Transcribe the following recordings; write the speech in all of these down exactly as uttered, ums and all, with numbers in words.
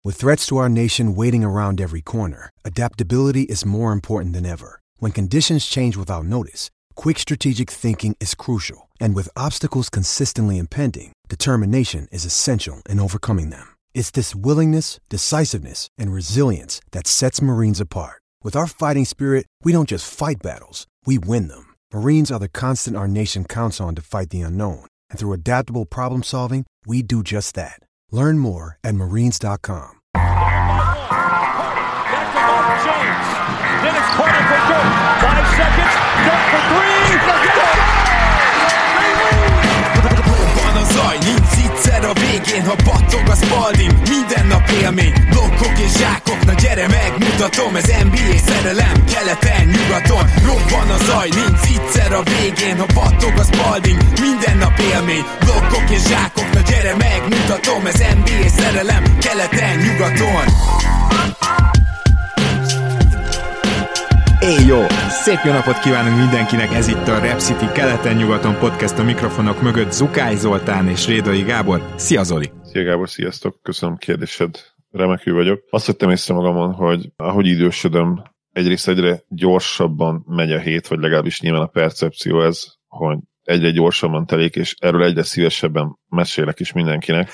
With threats to our nation waiting around every corner, adaptability is more important than ever. When conditions change without notice, quick strategic thinking is crucial. And with obstacles consistently impending, determination is essential in overcoming them. It's this willingness, decisiveness, and resilience that sets Marines apart. With our fighting spirit, we don't just fight battles, we win them. Marines are the constant our nation counts on to fight the unknown. And through adaptable problem solving, we do just that. Learn more at marines dot com. Back to Mark James. Then it's Carter for Dirk. Five seconds. Dirk for three. Van a zaj, nincs egyszer a végén, ha battog a Spalding. Minden nap élmény, blokkok és zsákok. Na gyere megmutatom, ez en bé á szerelem. Keleten, nyugaton, robban a zaj, nincs egyszer a végén, ha battog a Spalding. Minden nap élmény, blokkok és zsákok. Na gyere megmutatom, ez en bé á szerelem. Keleten, nyugaton. Éj jó! Szép jó napot kívánunk mindenkinek, ez itt a Rep City keleten-nyugaton podcast, a mikrofonok mögött Zukály Zoltán és Rédai Gábor. Szia Zoli! Szia Gábor, sziasztok! Köszönöm a kérdésed, remekül vagyok. Azt vettem észre magamon, hogy ahogy idősödöm, egyrészt egyre gyorsabban megy a hét, vagy legalábbis nyilván a percepció ez, hogy egyre gyorsabban telik, és erről egyre szívesebben mesélek is mindenkinek.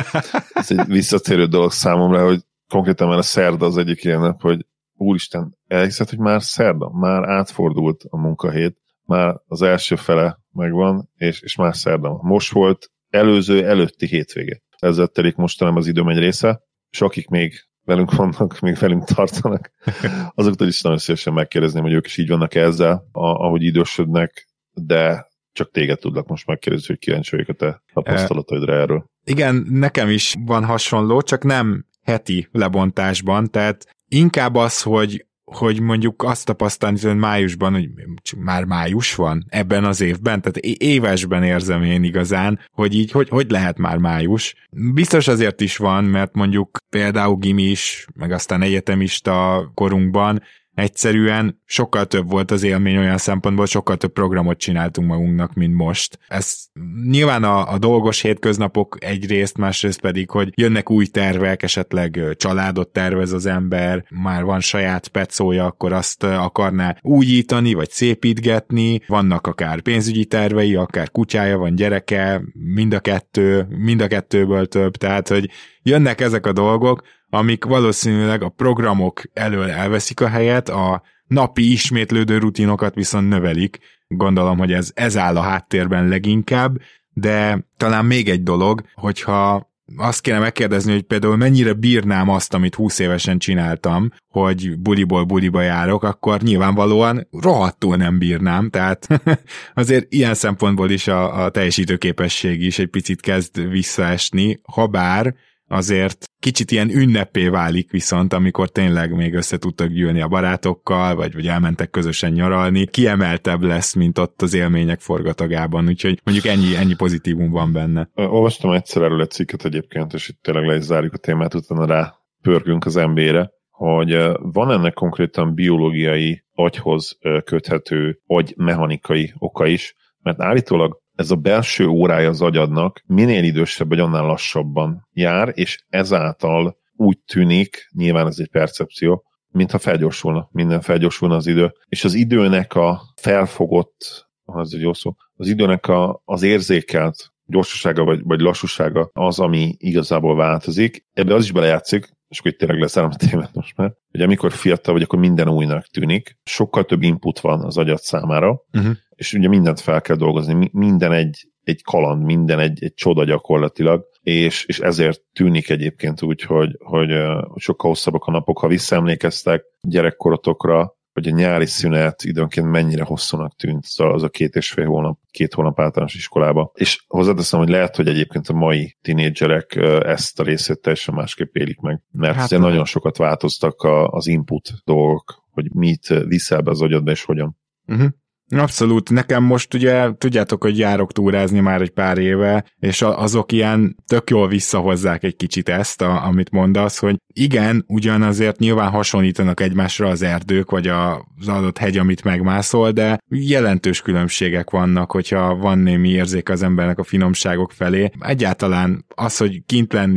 Ez egy visszatérő dolog számomra, hogy konkrétan már a szerda az egyik ilyen nap, hogy úristen, elhiszed, hogy már szerda, már átfordult a munkahét, már az első fele megvan, és, és már szerda. Most volt előző, előtti hétvége. Ezzel telik mostanában az időm egy része, és akik még velünk vannak, még velünk tartanak, azoktól is nagyon szívesen megkérdezném, hogy ők is így vannak ezzel, ahogy idősödnek, de csak téged tudlak most megkérdezni, hogy kíváncsi vagyok a te tapasztalataidra erről. Igen, nekem is van hasonló, csak nem heti lebontásban, tehát inkább az, hogy, hogy mondjuk azt tapasztalni, hogy májusban, hogy már május van ebben az évben, tehát évesben érzem én igazán, hogy így, hogy, hogy lehet már május. Biztos azért is van, mert mondjuk például gimis, meg aztán egyetemista korunkban egyszerűen sokkal több volt az élmény olyan szempontból, sokkal több programot csináltunk magunknak, mint most. Ez nyilván a, a dolgos hétköznapok egyrészt, másrészt pedig, hogy jönnek új tervek, esetleg családot tervez az ember, már van saját pecója, akkor azt akarná újítani, vagy szépítgetni, vannak akár pénzügyi tervei, akár kutyája, van gyereke, mind a kettő, mind a kettőből több, tehát, hogy jönnek ezek a dolgok, amik valószínűleg a programok elől elveszik a helyet, a napi ismétlődő rutinokat viszont növelik. Gondolom, hogy ez, ez áll a háttérben leginkább, de talán még egy dolog, hogyha azt kéne megkérdezni, hogy például mennyire bírnám azt, amit húsz évesen csináltam, hogy buliból buliba járok, akkor nyilvánvalóan rohadtul nem bírnám, tehát azért ilyen szempontból is a, a teljesítőképesség is egy picit kezd visszaesni, ha bár azért kicsit ilyen ünnepé válik viszont, amikor tényleg még össze tudtak gyűlni a barátokkal, vagy, vagy elmentek közösen nyaralni, kiemeltebb lesz, mint ott az élmények forgatagában, úgyhogy mondjuk ennyi, ennyi pozitívum van benne. Olvastam egyszer erről egy cikket egyébként, és itt tényleg le is zárjuk a témát, utána rá pörgünk az en bé á-re, hogy van ennek konkrétan biológiai, agyhoz köthető, agymechanikai oka is, mert állítólag ez a belső órája az agyadnak minél idősebb, vagy annál lassabban jár, és ezáltal úgy tűnik, nyilván ez egy percepció, mintha felgyorsulna, minden felgyorsulna az idő. És az időnek a felfogott, az egy jó szó, az időnek a, az érzékelt gyorsasága, vagy, vagy lassúsága az, ami igazából változik. Ebbe az is belejátszik, és akkor itt tényleg leszállom a témát most már, hogy amikor fiatal vagy, akkor minden újnak tűnik, sokkal több input van az agyad számára, uh-huh. és ugye mindent fel kell dolgozni, minden egy, egy kaland, minden egy, egy csoda gyakorlatilag, és, és ezért tűnik egyébként úgy, hogy, hogy, hogy sokkal hosszabbak a napok. Ha visszaemlékeztek gyerekkorotokra, hogy a nyári szünet időnként mennyire hosszúnak tűnt az a két és fél hónap, két hónap általános iskolába. És hozzáteszem, hogy lehet, hogy egyébként a mai tinédzserek ezt a részét teljesen másképp élik meg, mert hát nagyon sokat változtak az input dolgok, hogy mit viszel be az agyadba és hogyan. Uh-huh. Abszolút. Nekem most ugye, tudjátok, hogy járok túrázni már egy pár éve, és azok ilyen tök jól visszahozzák egy kicsit ezt, a, amit mondasz, hogy igen, ugyan azért nyilván hasonlítanak egymásra az erdők, vagy az adott hegy, amit megmászol, de jelentős különbségek vannak, hogyha van némi érzék az embernek a finomságok felé. Egyáltalán az, hogy kint lenni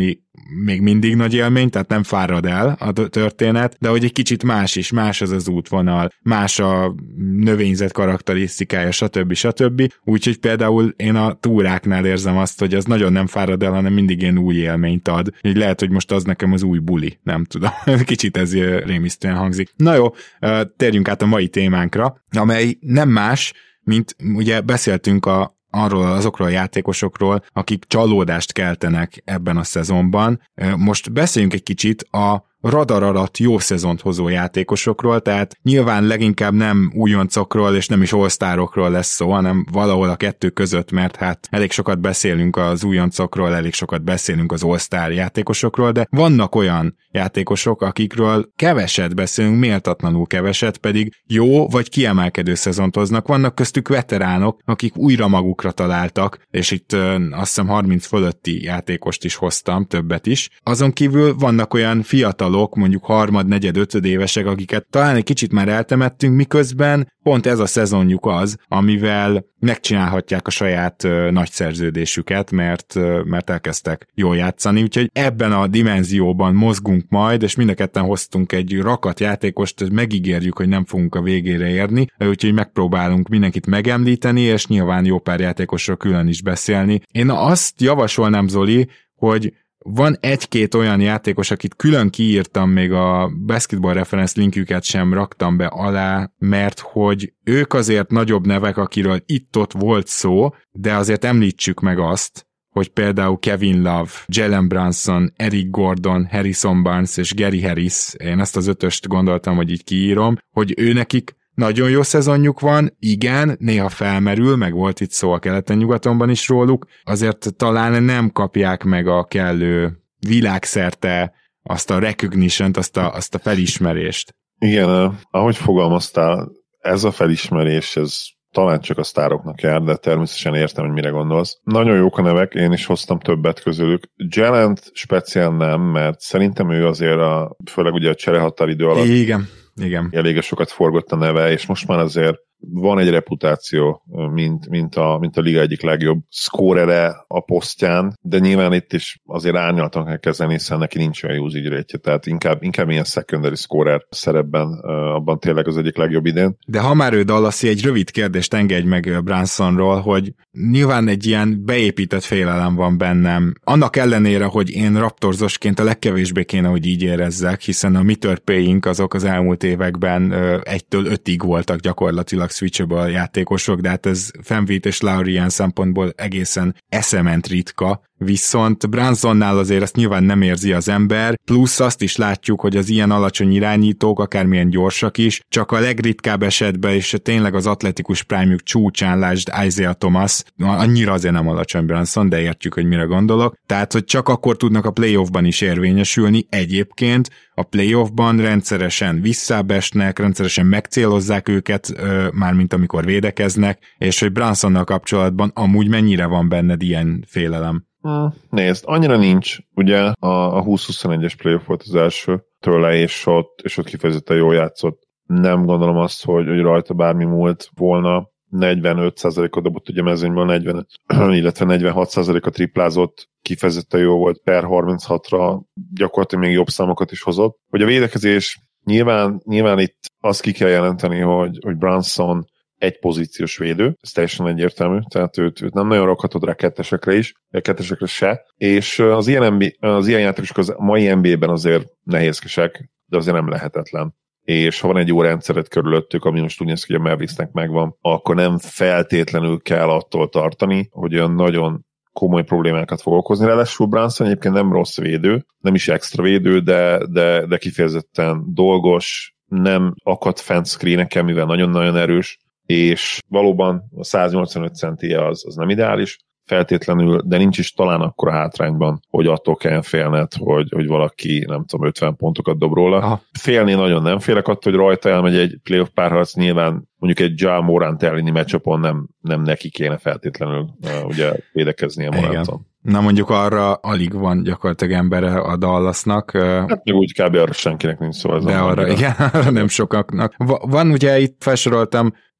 még mindig nagy élmény, tehát nem fárad el a történet, de hogy egy kicsit más is, más az az útvonal, más a növényzet karakterisztikája, stb. stb. Úgyhogy például én a túráknál érzem azt, hogy az nagyon nem fárad el, hanem mindig ilyen új élményt ad. Így lehet, hogy most az nekem az új buli, nem tudom. Kicsit ez rémisztően hangzik. Na jó, térjünk át a mai témánkra, amely nem más, mint ugye beszéltünk a arról azokról a játékosokról, akik csalódást keltenek ebben a szezonban. Most beszéljünk egy kicsit a radar alatt jó szezont hozó játékosokról, tehát nyilván leginkább nem újoncokról és nem is all-starokról lesz szó, hanem valahol a kettő között, mert hát elég sokat beszélünk az újoncokról, elég sokat beszélünk az all-star játékosokról, de vannak olyan játékosok, akikről keveset beszélünk, méltatlanul keveset, pedig jó vagy kiemelkedő szezont hoznak. Vannak köztük veteránok, akik újra magukra találtak, és itt ö, azt hiszem harminc fölötti játékost is hoztam, többet is. Azon kívül vannak olyan fiatal mondjuk harmad, negyed, ötöd évesek, akiket talán egy kicsit már eltemettünk, miközben pont ez a szezonjuk az, amivel megcsinálhatják a saját ö, nagy szerződésüket, mert, ö, mert elkezdtek jól játszani, úgyhogy ebben a dimenzióban mozgunk majd, és mind a ketten hoztunk egy rakat játékost, megígérjük, hogy nem fogunk a végére érni, úgyhogy megpróbálunk mindenkit megemlíteni, és nyilván jó pár játékosról külön is beszélni. Én azt javasolnám, Zoli, hogy van egy-két olyan játékos, akit külön kiírtam, még a Basketball Reference linkjüket sem raktam be alá, mert hogy ők azért nagyobb nevek, akiről itt-ott volt szó, de azért említsük meg azt, hogy például Kevin Love, Jalen Brunson, Eric Gordon, Harrison Barnes és Gary Harris, én ezt az ötöst gondoltam, hogy így kiírom, hogy ő nekik nagyon jó szezonjuk van, igen, néha felmerül, meg volt itt szó a keleten-nyugatonban is róluk, azért talán nem kapják meg a kellő világszerte azt a recognition-t, azt a, azt a felismerést. Igen, ahogy fogalmaztál, ez a felismerés, ez talán csak a sztároknak jár, de természetesen értem, hogy mire gondolsz. Nagyon jók a nevek, én is hoztam többet közülük. Jalent speciál nem, mert szerintem ő azért, a, főleg ugye a cserehatáridő alatt igen. Igen. elég sokat forgott a neve, és most már azért van egy reputáció, mint, mint, a, mint a liga egyik legjobb szkórere a posztján, de nyilván itt is azért árnyaltan kell kezelni, hiszen neki nincs olyan usage rate-je, tehát inkább, inkább ilyen secondary scorer szerepben, abban tényleg az egyik legjobb idén. De ha már ő Dallasi, egy rövid kérdést engedj meg Brunsonról, hogy nyilván egy ilyen beépített félelem van bennem. Annak ellenére, hogy én Raptorsosként a legkevésbé kéne, hogy így érezzek, hiszen a meter paying azok az elmúlt években egytől ötig voltak gyakorlatilag switchable játékosok, de hát ez Fenwick és Lowry ilyen szempontból egészen eszement ritka, viszont Brunsonnál azért ezt nyilván nem érzi az ember, plusz azt is látjuk, hogy az ilyen alacsony irányítók, akármilyen gyorsak is, csak a legritkább esetben, és tényleg az atletikus prime-juk csúcsán, lásd Isaiah Thomas, annyira azért nem alacsony Brunson, de értjük, hogy mire gondolok, tehát, hogy csak akkor tudnak a playoffban is érvényesülni, egyébként a playoffban rendszeresen visszábesnek, rendszeresen megcélozzák őket, mármint amikor védekeznek, és hogy Brunsonnal kapcsolatban amúgy mennyire van benned ilyen félelem? Hmm, nézd, annyira nincs. Ugye a, a húsz huszonegyes playoff volt az első tőle, és ott, és ott kifejezetten jól játszott. Nem gondolom azt, hogy, hogy rajta bármi múlt volna. negyvenöt százalékot dobott ugye mezőnyből, negyven, illetve negyvenhat százalékot triplázott, kifejezetten jó volt, per harminchatra gyakorlatilag még jobb számokat is hozott. Hogy a védekezés, nyilván, nyilván itt azt ki kell jelenteni, hogy, hogy Brunson egy pozíciós védő, ez teljesen egyértelmű, tehát őt, őt nem nagyon rakhatod rá kettesekre is, kettesekre se, és az ilyen, en bé á, az ilyen játékosok az mai en bé á-ben azért nehézkesek, de azért nem lehetetlen. És ha van egy jó rendszeret körülöttük, ami most úgy néz ki, hogy a Mavericksnek megvan, akkor nem feltétlenül kell attól tartani, hogy olyan nagyon komoly problémákat fog okozni. Ráadásul Brunson egyébként nem rossz védő, nem is extra védő, de, de, de kifejezetten dolgos, nem akad fent screeneken, mivel nagyon-nagyon erős, és valóban a száznyolcvanöt centije az, az nem ideális feltétlenül, de nincs is talán akkora hátrányban, hogy attól kelljen félned, hogy, hogy valaki, nem tudom, ötven pontokat dob róla. Aha. Félni nagyon nem félek attól, hogy rajta elmegy egy playoff párharc, nyilván mondjuk egy Ja Morant elleni meccsapon nem, nem neki kéne feltétlenül uh, ugye védekezni a Moranton. Na mondjuk arra alig van gyakorlatilag embere a Dallasnak. Hát meg úgy kb. Arra senkinek nincs szó. De arra, igen, arra nem sokaknak. Van ugye itt felsoroltam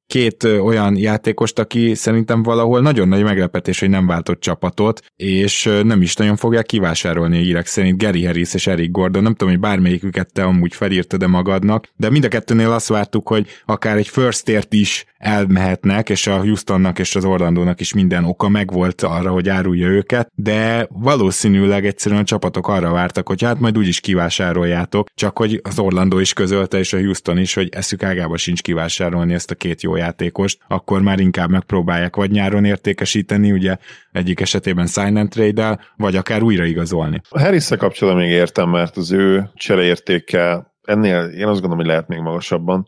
két olyan játékost, aki szerintem valahol nagyon nagy meglepetés, hogy nem váltott csapatot, és nem is nagyon fogják kivásárolni a hírek szerint Gary Harris és Eric Gordon. Nem tudom, hogy bármelyiküket te amúgy felírtad-e magadnak, de mind a kettőnél azt vártuk, hogy akár egy first-ért is elmehetnek, és a Houstonnak és az Orlandónak is minden oka megvolt arra, hogy árulja őket, de valószínűleg egyszerűen a csapatok arra vártak, hogy hát majd úgyis kivásároljátok, csak hogy az Orlandó is közölte, és a Houston is, hogy eszük ágába sincs kivásárolni ezt a két jó játékost, akkor már inkább megpróbálják vagy nyáron értékesíteni, ugye egyik esetében sign and trade-el, vagy akár újraigazolni. A Harris-szel kapcsolatban még értem, mert az ő csereértéke ennél én azt gondolom, hogy lehet még magasabban.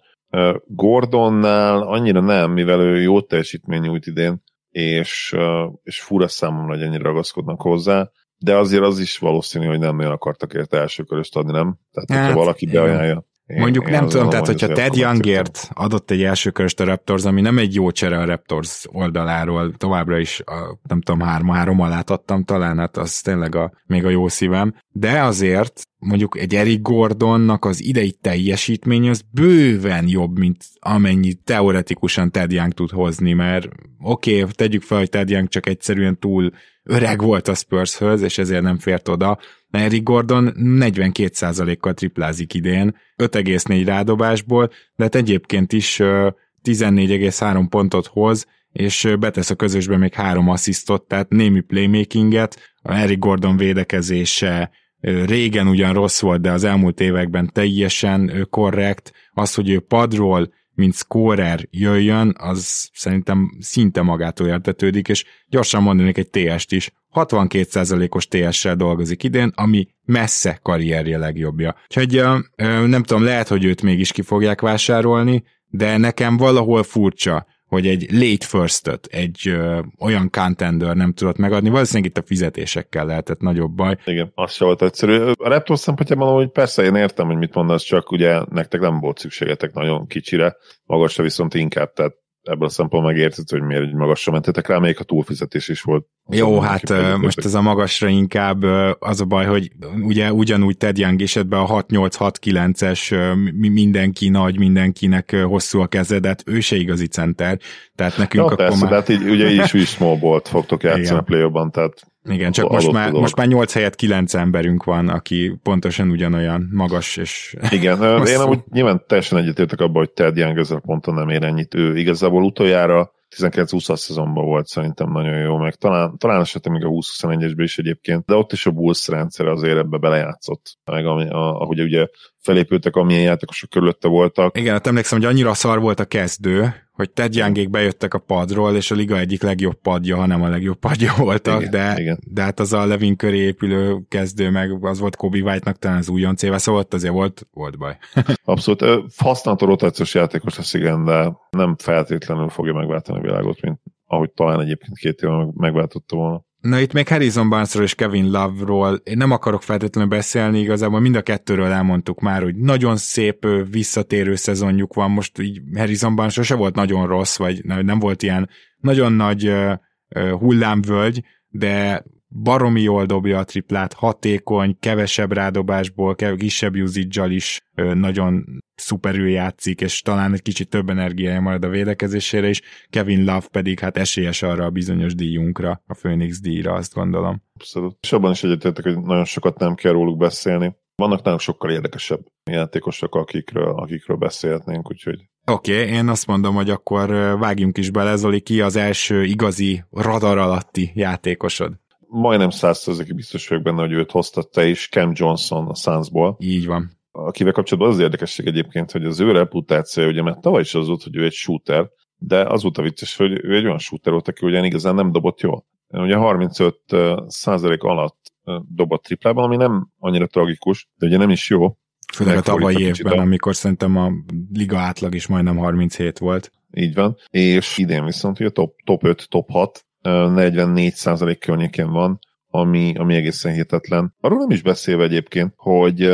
Gordonnál annyira nem, mivel ő jó teljesítmény nyújt idén, és, és fura számomra, hogy ennyire ragaszkodnak hozzá, de azért az is valószínű, hogy nem nagyon akartak érte első köröst adni, nem? Tehát, hogyha hát, valaki beajánlja. Én, Mondjuk én nem tudom, tehát hogyha Ted Youngért szépen. adott egy első köröst a Raptors, ami nem egy jó csere a Raptors oldaláról, továbbra is a, nem tudom, három-három alá adtam talán, hát az tényleg a, még a jó szívem, de azért mondjuk egy Eric Gordonnak az idei teljesítmény az bőven jobb, mint amennyi teoretikusan Ted Young tud hozni, mert oké, okay, tegyük fel, hogy Ted Young csak egyszerűen túl öreg volt a Spurshöz, és ezért nem fért oda. Eric Gordon negyvenkét százalékkal triplázik idén, öt egész négy rádobásból, de hát egyébként is tizennégy egész három pontot hoz, és betesz a közösbe még három asszisztot, tehát némi playmakinget. A Eric Gordon védekezése régen ugyan rossz volt, de az elmúlt években teljesen korrekt. Az, hogy ő padról, mint scorer jöjjön, az szerintem szinte magától értetődik, és gyorsan mondanék egy té est is. hatvankét százalékos té essel dolgozik idén, ami messze karrierje legjobbja. Úgyhogy nem tudom, lehet, hogy őt mégis ki fogják vásárolni, de nekem valahol furcsa, hogy egy late first-öt, egy ö, olyan contender nem tudott megadni, valószínűleg itt a fizetésekkel lehetett nagyobb baj. Igen, az se volt egyszerű. A Raptors szempontjában, hogy persze én értem, hogy mit mondasz, csak ugye nektek nem volt szükségetek nagyon kicsire, magasra viszont inkább, tehát ebből a szempontból megértett, hogy miért egy magasra mentetek rá, még a túlfizetés is volt. Jó, hát uh, most ez a magasra inkább uh, az a baj, hogy ugye ugyanúgy Ted Young esetben a hat nyolc hat kilences uh, mindenki nagy, mindenkinek uh, hosszú a keze, de hát ő se igazi center, tehát nekünk ja, akkor persze, már... de hát így, ugye így is, is small ball-t fogtok játszani igen. A play-ban, tehát igen, csak most már, most már nyolc helyett kilenc emberünk van, aki pontosan ugyanolyan magas és igen, én amúgy nyilván teljesen egyetértek abban, hogy Ted Young ezzel ponton nem ér ennyit. Ő igazából utoljára tizenkilenc húsz szezonban volt szerintem nagyon jó, meg talán, talán esetleg még a húsz huszonegyesben is egyébként, de ott is a Bulls rendszere azért ebbe belejátszott, meg ami, a, ahogy ugye felépültek, amilyen játékosok körülötte voltak. Igen, hát emlékszem, hogy annyira szar volt a kezdő, hogy Ted Youngék bejöttek a padról, és a liga egyik legjobb padja, hanem a legjobb padja voltak, igen, de, igen. de hát az a Levin köré épülő kezdő, meg az volt Kobe White-nak talán az újonc éve, szóval ott azért volt, volt baj. Abszolút. Használható rotációs játékos lesz, igen, de nem feltétlenül fogja megváltani a világot, mint ahogy talán egyébként két éve megváltotta volna. Na itt még Harrison Barnesról és Kevin Love-ról én nem akarok feltétlenül beszélni, igazából mind a kettőről elmondtuk már, hogy nagyon szép visszatérő szezonjuk van, most így Harrison Barnes se volt nagyon rossz, vagy nem volt ilyen nagyon nagy uh, uh, hullámvölgy, de baromi jól dobja a triplát, hatékony, kevesebb rádobásból, kisebb usage-al is ö, nagyon szuperül játszik, és talán egy kicsit több energiája marad a védekezésére is. Kevin Love pedig hát esélyes arra a bizonyos díjunkra, a Phoenix díjra, azt gondolom. Abszolút. És abban is egyetértek, hogy nagyon sokat nem kell róluk beszélni. Vannak nálunk sokkal érdekesebb játékosok, akikről, akikről beszélhetnénk, úgyhogy... Oké, okay, én azt mondom, hogy akkor vágjunk is bele, Zoli, ki az első igazi radar alatti játékosod? Majdnem száz százalékig biztos vagyok benne, hogy őt hoztad te is, Cam Johnson a Sunsból. Így van. Akivel kapcsolatban az érdekesség egyébként, hogy az ő reputációja, ugye, mert tavaly is az volt, hogy ő egy shooter, de az volt a vicces, hogy ő egy olyan shooter volt, aki ugyan igazán nem dobott jól. Ugye harmincöt százalék alatt dobott triplában, ami nem annyira tragikus, de ugye nem is jó. Főleg a tavalyi évben, a... amikor szerintem a liga átlag is majdnem harminchét volt. Így van, és idén viszont ugye top, top öt, top hat, negyvennégy százalék környékén van, ami, ami egészen hihetetlen. Arról nem is beszélve egyébként, hogy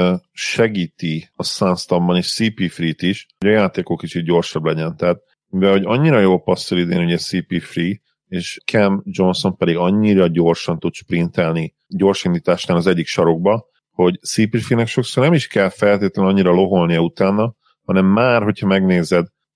segíti a Suns-ban és cé pé Free-t is, hogy a játékok kicsit gyorsabb legyen. Tehát, mivel hogy annyira jó passzol idén ugye cé pé Free, és Cam Johnson pedig annyira gyorsan tud sprintelni gyorsindításnál az egyik sarokba, hogy cé pé Free-nek sokszor nem is kell feltétlenül annyira loholnia utána, hanem már, hogyha megnézed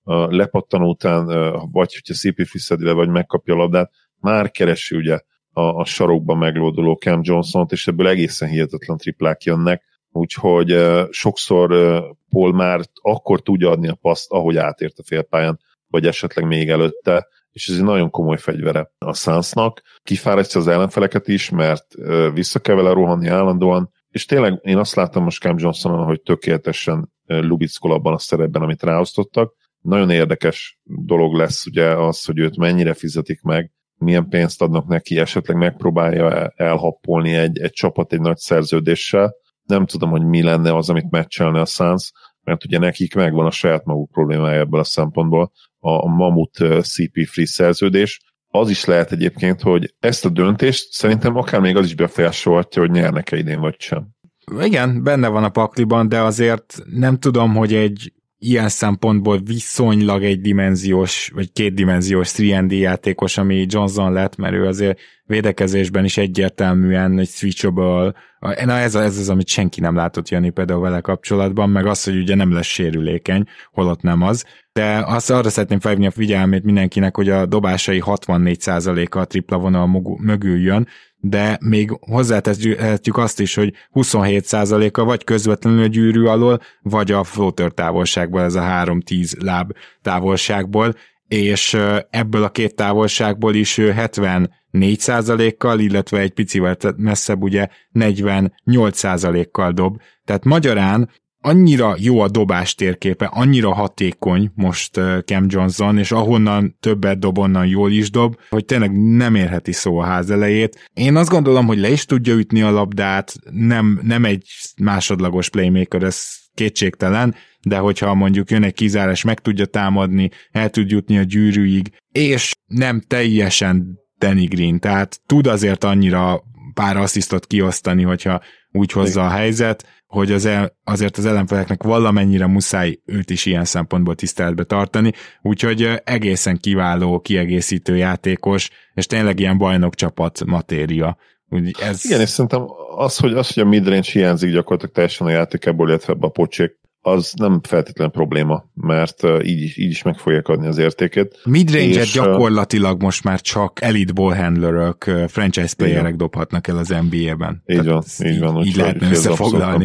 a lepattanó után, vagy hogyha cé pé szedi le, vagy megkapja a labdát, már keresi ugye a, a sarokban meglóduló Cam Johnson-t, és ebből egészen hihetetlen triplák jönnek, úgyhogy uh, sokszor uh, Paul már akkor tudja adni a paszt, ahogy átért a félpályán, vagy esetleg még előtte, és ez egy nagyon komoly fegyvere a Sunsnak. Kifárasztja az ellenfeleket is, mert uh, vissza kell vele rohanni állandóan, és tényleg én azt láttam most Cam Johnsonon, hogy tökéletesen uh, lubickol abban a szerepben, amit ráosztottak. Nagyon érdekes dolog lesz ugye az, hogy őt mennyire fizetik meg, milyen pénzt adnak neki, esetleg megpróbálja elhappolni egy, egy csapat egy nagy szerződéssel. Nem tudom, hogy mi lenne az, amit meccselne a Suns, mert ugye nekik megvan a saját maguk problémája ebből a szempontból, a mamut cé pé free szerződés. Az is lehet egyébként, hogy ezt a döntést szerintem akár még az is befolyásolhatja, hogy nyernek-e idén vagy sem. Igen, benne van a pakliban, de azért nem tudom, hogy egy ilyen szempontból viszonylag egy dimenziós, vagy kétdimenziós három and D játékos, ami Johnson lett, mert ő azért védekezésben is egyértelműen egy switchable. Na ez, a, ez az, amit senki nem látott jönni például vele kapcsolatban, meg az, hogy ugye nem lesz sérülékeny, holott nem az. De azt arra szeretném felhívni a figyelmét mindenkinek, hogy a dobásai hatvannégy százaléka a tripla vonal mögül jön, de még hozzátehetjük azt is, hogy huszonhét százaléka vagy közvetlenül a gyűrű alól, vagy a floater távolságból, ez a három-tíz láb távolságból, és ebből a két távolságból is hetvennégy százalékkal, illetve egy picivel messzebb ugye negyvennyolc százalékkal dob. Tehát magyarán annyira jó a dobás térképe, annyira hatékony most Cam Johnson, és ahonnan többet dob, onnan jól is dob, hogy tényleg nem érheti szó a ház elejét. Én azt gondolom, hogy le is tudja ütni a labdát, nem, nem egy másodlagos playmaker, ez kétségtelen, de hogyha mondjuk jön egy kizárás, meg tudja támadni, el tud jutni a gyűrűig, és nem teljesen Danny Green, tehát tud azért annyira pár asszisztot kiosztani, hogyha úgy hozza a helyzet, hogy az el, azért az ellenfeleknek valamennyire muszáj őt is ilyen szempontból tiszteletbe tartani, úgyhogy egészen kiváló kiegészítő játékos, és tényleg ilyen bajnokcsapat matéria. Úgy ez... Igen, és szerintem az, hogy, az, hogy a midrange hiányzik gyakorlatilag teljesen a játékából, illetve a pocsék, az nem feltétlen probléma, mert így is, így is meg fogják adni az értékét. Midrange-et gyakorlatilag most már csak elite ballhandlerök, franchise playerek dobhatnak el az en bé á-ben. Így van, így van. Így, így lehetne összefoglalni.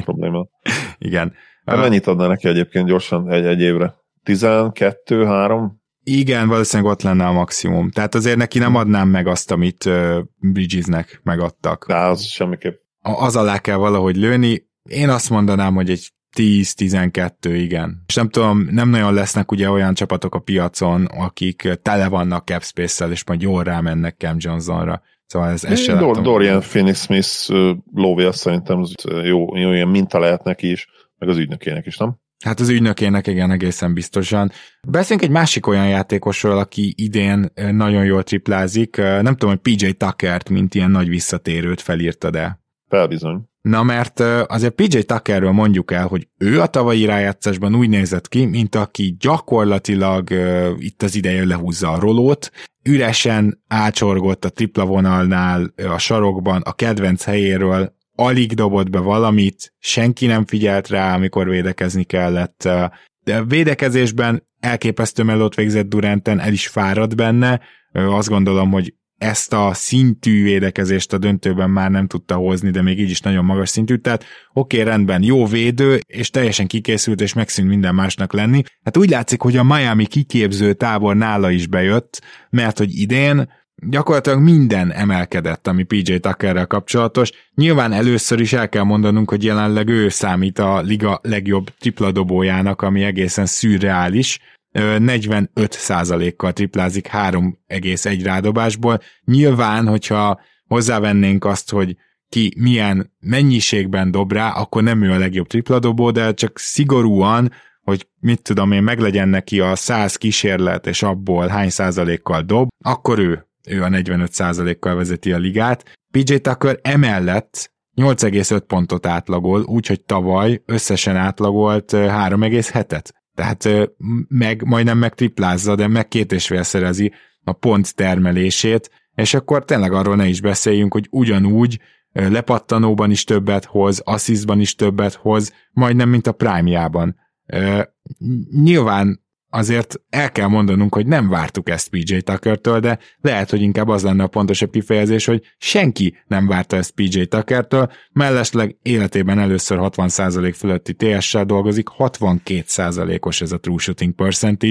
Igen. Hát mennyit adná neki egyébként gyorsan egy, egy évre? tizenkettő három? Igen, valószínűleg ott lenne a maximum. Tehát azért neki nem adnám meg azt, amit uh, Bridgesnek megadtak. De az semmiképp. Az alá kell valahogy lőni. Én azt mondanám, hogy egy tíz-tizenkettő, igen. És nem tudom, nem nagyon lesznek ugye olyan csapatok a piacon, akik tele vannak cap space-szel, és majd jól rámennek Cam Johnsonra. Szóval ez, ez se Dor- látom. Dorian Finney-Smith lóvé, szerintem jó, jó ilyen minta lehet neki is, meg az ügynökének is, nem? Hát az ügynökének igen, egészen biztosan. Beszéljünk egy másik olyan játékosról, aki idén nagyon jól triplázik. Nem tudom, hogy pé jé Tuckert, mint ilyen nagy visszatérőt felírtad el. Felbizony. Na mert azért pé jé Tuckerről mondjuk el, hogy ő a tavalyi rájátszásban úgy nézett ki, mint aki gyakorlatilag uh, itt az ideje lehúzza a rolót, üresen ácsorgott a tripla vonalnál, a sarokban, a kedvenc helyéről, alig dobott be valamit, senki nem figyelt rá, amikor védekezni kellett. De a védekezésben elképesztő melót végzett Duranten, el is fáradt benne, azt gondolom, hogy ezt a szintű védekezést a döntőben már nem tudta hozni, de még így is nagyon magas szintű, tehát oké, okay, rendben, jó védő, és teljesen kikészült, és megszűnt minden másnak lenni. Hát úgy látszik, hogy a Miami kiképző tábor nála is bejött, mert hogy idén gyakorlatilag minden emelkedett, ami pé jé Tuckerrel kapcsolatos. Nyilván először is el kell mondanunk, hogy jelenleg ő számít a liga legjobb tripladobójának, ami egészen szürreális, negyvenöt százalékkal triplázik három egész egy rádobásból. Nyilván, hogyha hozzávennénk azt, hogy ki milyen mennyiségben dob rá, akkor nem ő a legjobb tripladobó, de csak szigorúan, hogy mit tudom én, meglegyen neki a száz kísérlet, és abból hány százalékkal dob, akkor ő, ő a negyvenöt százalékkal vezeti a ligát. pé jé Tucker emellett nyolc egész öt pontot átlagol, úgyhogy tavaly összesen átlagolt három egész hetet. Tehát meg, majdnem megtriplázza, de meg két és fél szerezi a pont termelését, és akkor tényleg arról ne is beszéljünk, hogy ugyanúgy lepattanóban is többet hoz, asszisztban is többet hoz, majdnem mint a prime-jában. Nyilván azért el kell mondanunk, hogy nem vártuk ezt pé jé Tuckertől, de lehet, hogy inkább az lenne a pontosabb kifejezés, hogy senki nem várta ezt pé jé Tuckertől, mellesleg életében először hatvan százalék fölötti té es-sel dolgozik, hatvankét százalékos ez a true shooting percentage,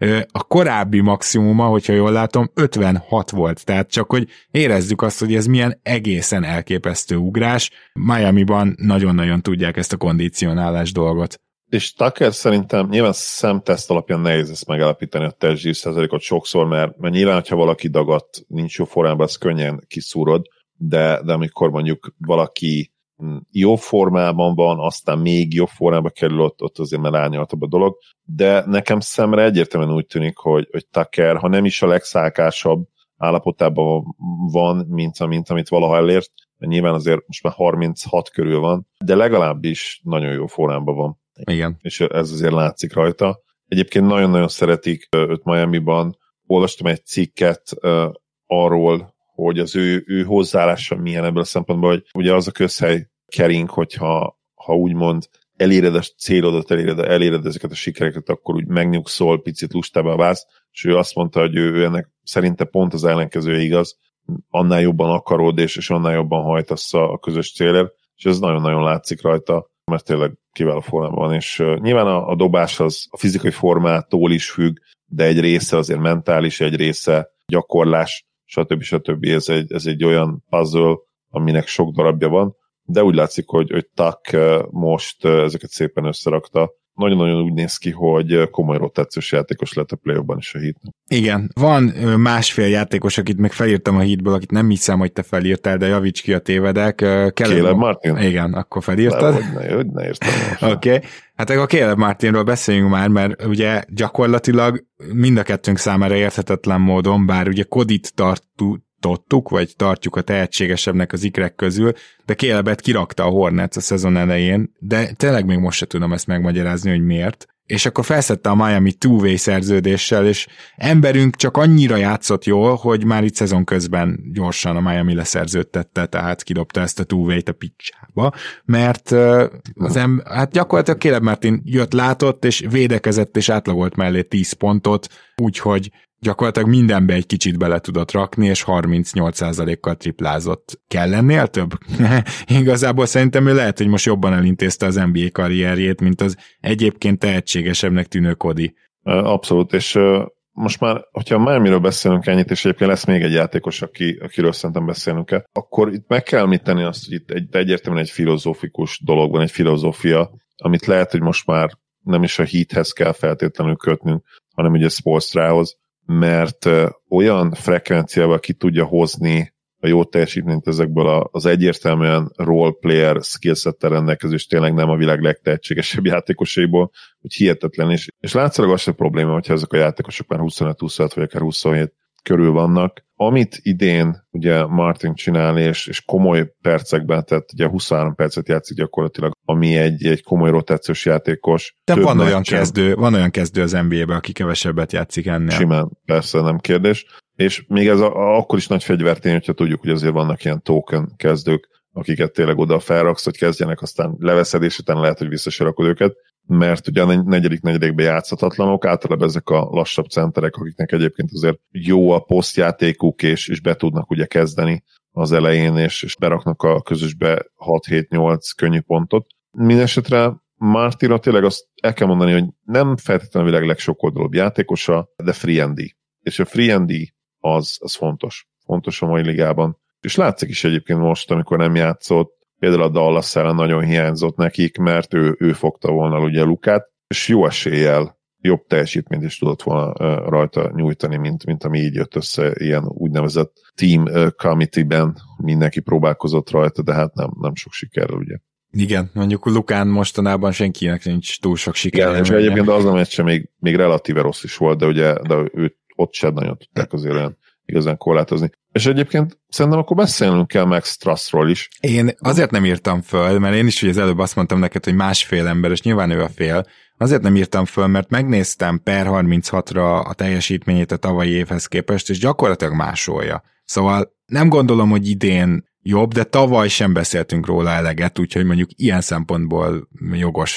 a korábbi maximuma, hogyha jól látom, ötvenhat volt, tehát csak hogy érezzük azt, hogy ez milyen egészen elképesztő ugrás, Miamiban nagyon-nagyon tudják ezt a kondicionálás dolgot. És Tucker szerintem nyilván szemteszt alapján nehéz ezt megállapítani a testzsír százalékot sokszor, mert, mert nyilván, ha valaki dagadt, nincs jó formában, az könnyen kiszúrod, de, de amikor mondjuk valaki jó formában van, aztán még jobb formába kerül, ott, ott azért már árnyaltabb a dolog, de nekem szemre egyértelműen úgy tűnik, hogy, hogy Tucker, ha nem is a legszálkásabb állapotában van, mint, mint amit valaha elért, mert nyilván azért most már harminchat körül van, de legalábbis nagyon jó formában van. Igen. És ez azért látszik rajta. Egyébként nagyon-nagyon szeretik őt Miamiban. Olvastam egy cikket uh, arról, hogy az ő, ő hozzáállása milyen ebből a szempontból, hogy ugye az a közhely kering, hogyha ha úgymond eléred a célodat, eléred, eléred ezeket a sikereket, akkor úgy megnyugszol, picit lustábbá válsz, és ő azt mondta, hogy ő, ő ennek szerinte pont az ellenkezője igaz, annál jobban akarod, és, és annál jobban hajtasz a közös célért, és ez nagyon-nagyon látszik rajta, mert tényleg kiváló formában van, és uh, nyilván a, a dobás az a fizikai formától is függ, de egy része azért mentális, egy része gyakorlás, stb. stb. Ez egy, ez egy olyan puzzle, aminek sok darabja van, de úgy látszik, hogy, hogy Tuck most ezeket szépen összerakta. Nagyon-nagyon úgy néz ki, hogy komoly rotációs játékos lett a play-offban is a Heatnek. Igen, van másfél játékos, akit meg felírtam a Heatből, akit nem hiszem, hogy te felírtál, de javíts ki a tévedek. Caleb Martin? Igen, akkor felírtad. De, hogy ne, ne értem. Oké, okay. Hát a Caleb Martinról beszéljünk már, mert ugye gyakorlatilag mind a kettőnk számára érthetetlen módon, bár ugye Codit tartó Tottuk, vagy tartjuk a tehetségesebbnek az ikrek közül, de Calebet kirakta a Hornets a szezon elején, de tényleg még most se tudom ezt megmagyarázni, hogy miért. És akkor felszedte a Miami two-way szerződéssel, és emberünk csak annyira játszott jól, hogy már itt szezon közben gyorsan a Miami leszerződtette, tehát kidobta ezt a two-way-t a picsába, mert az em- hát gyakorlatilag Caleb Martin jött, látott, és védekezett, és átlagolt mellé tíz pontot, úgyhogy gyakorlatilag mindenbe egy kicsit bele tudott rakni, és harmincnyolc százalékkal triplázott. Kell ennél több? Igazából szerintem ő lehet, hogy most jobban elintézte az en bé á karrierjét, mint az egyébként tehetségesebbnek tűnő Cody. Abszolút, és most már, hogyha Miamiről beszélünk ennyit, és egyébként lesz még egy játékos, aki, akiről szerintem beszélnünk kell, akkor itt meg kell említeni azt, hogy itt egy, egyértelműen egy filozófikus dolog van, egy filozófia, amit lehet, hogy most már nem is a Heathez kell feltétlenül kötnünk, hanem ugye Spoelstrához, mert olyan frekvenciával ki tudja hozni a jó teljesítményt ezekből az egyértelműen role player skillsettel rendelkező, és tényleg nem a világ legtehetségesebb játékosaiból, hogy hihetetlen, és, és látszólag az sem probléma, hogyha ezek a játékosok már huszonöt huszonhat vagy akár huszonhét körül vannak. Amit idén ugye Martin csinál, és, és komoly percekben, tehát ugye huszonhárom percet játszik gyakorlatilag, ami egy, egy komoly rotációs játékos. De van olyan, kezdő, van olyan kezdő az en bé á-ben, aki kevesebbet játszik ennél. Simán, persze, nem kérdés. És még ez a, akkor is nagy fegyvertény, hogyha tudjuk, hogy azért vannak ilyen token kezdők, akiket tényleg oda felraksz, hogy kezdjenek, aztán leveszed, és utána lehet, hogy visszasorakod őket, mert ugye a negyedik negyedikben játszhatatlanok, általában ezek a lassabb centerek, akiknek egyébként azért jó a posztjátékuk, és, és be tudnak ugye kezdeni az elején, és, és beraknak a közösbe hat-hét-nyolc könnyű pontot. Mindenesetre Martinra tényleg azt el kell mondani, hogy nem feltétlenül a világ legsokoldalúbb játékosa, de free and D. És a free and D az, az fontos. Fontos a mai ligában. És látszik is egyébként most, amikor nem játszott, például a Dallas ellen nagyon hiányzott nekik, mert ő, ő fogta volna ugye Lukát, és jó eséllyel jobb teljesítményt is tudott volna rajta nyújtani, mint, mint ami így jött össze ilyen úgynevezett team committee-ben, mindenki próbálkozott rajta, de hát nem, nem sok sikerrel, ugye. Igen, mondjuk Lukán mostanában senkinek nincs túl sok siker. Igen, és egyébként az a meccse még, még relatíve rossz is volt, de ugye de őt ott sem nagyon tudták azért olyan igazán korlátozni. És egyébként szerintem akkor beszélnünk kell Max Trussról is. Én azért nem írtam föl, mert én is ugye az előbb azt mondtam neked, hogy másfél ember, és nyilván ő a fél. Azért nem írtam föl, mert megnéztem per harminchatra a teljesítményét a tavalyi évhez képest, és gyakorlatilag másolja. Szóval nem gondolom, hogy idén jobb, de tavaly sem beszéltünk róla eleget, úgyhogy mondjuk ilyen szempontból jogos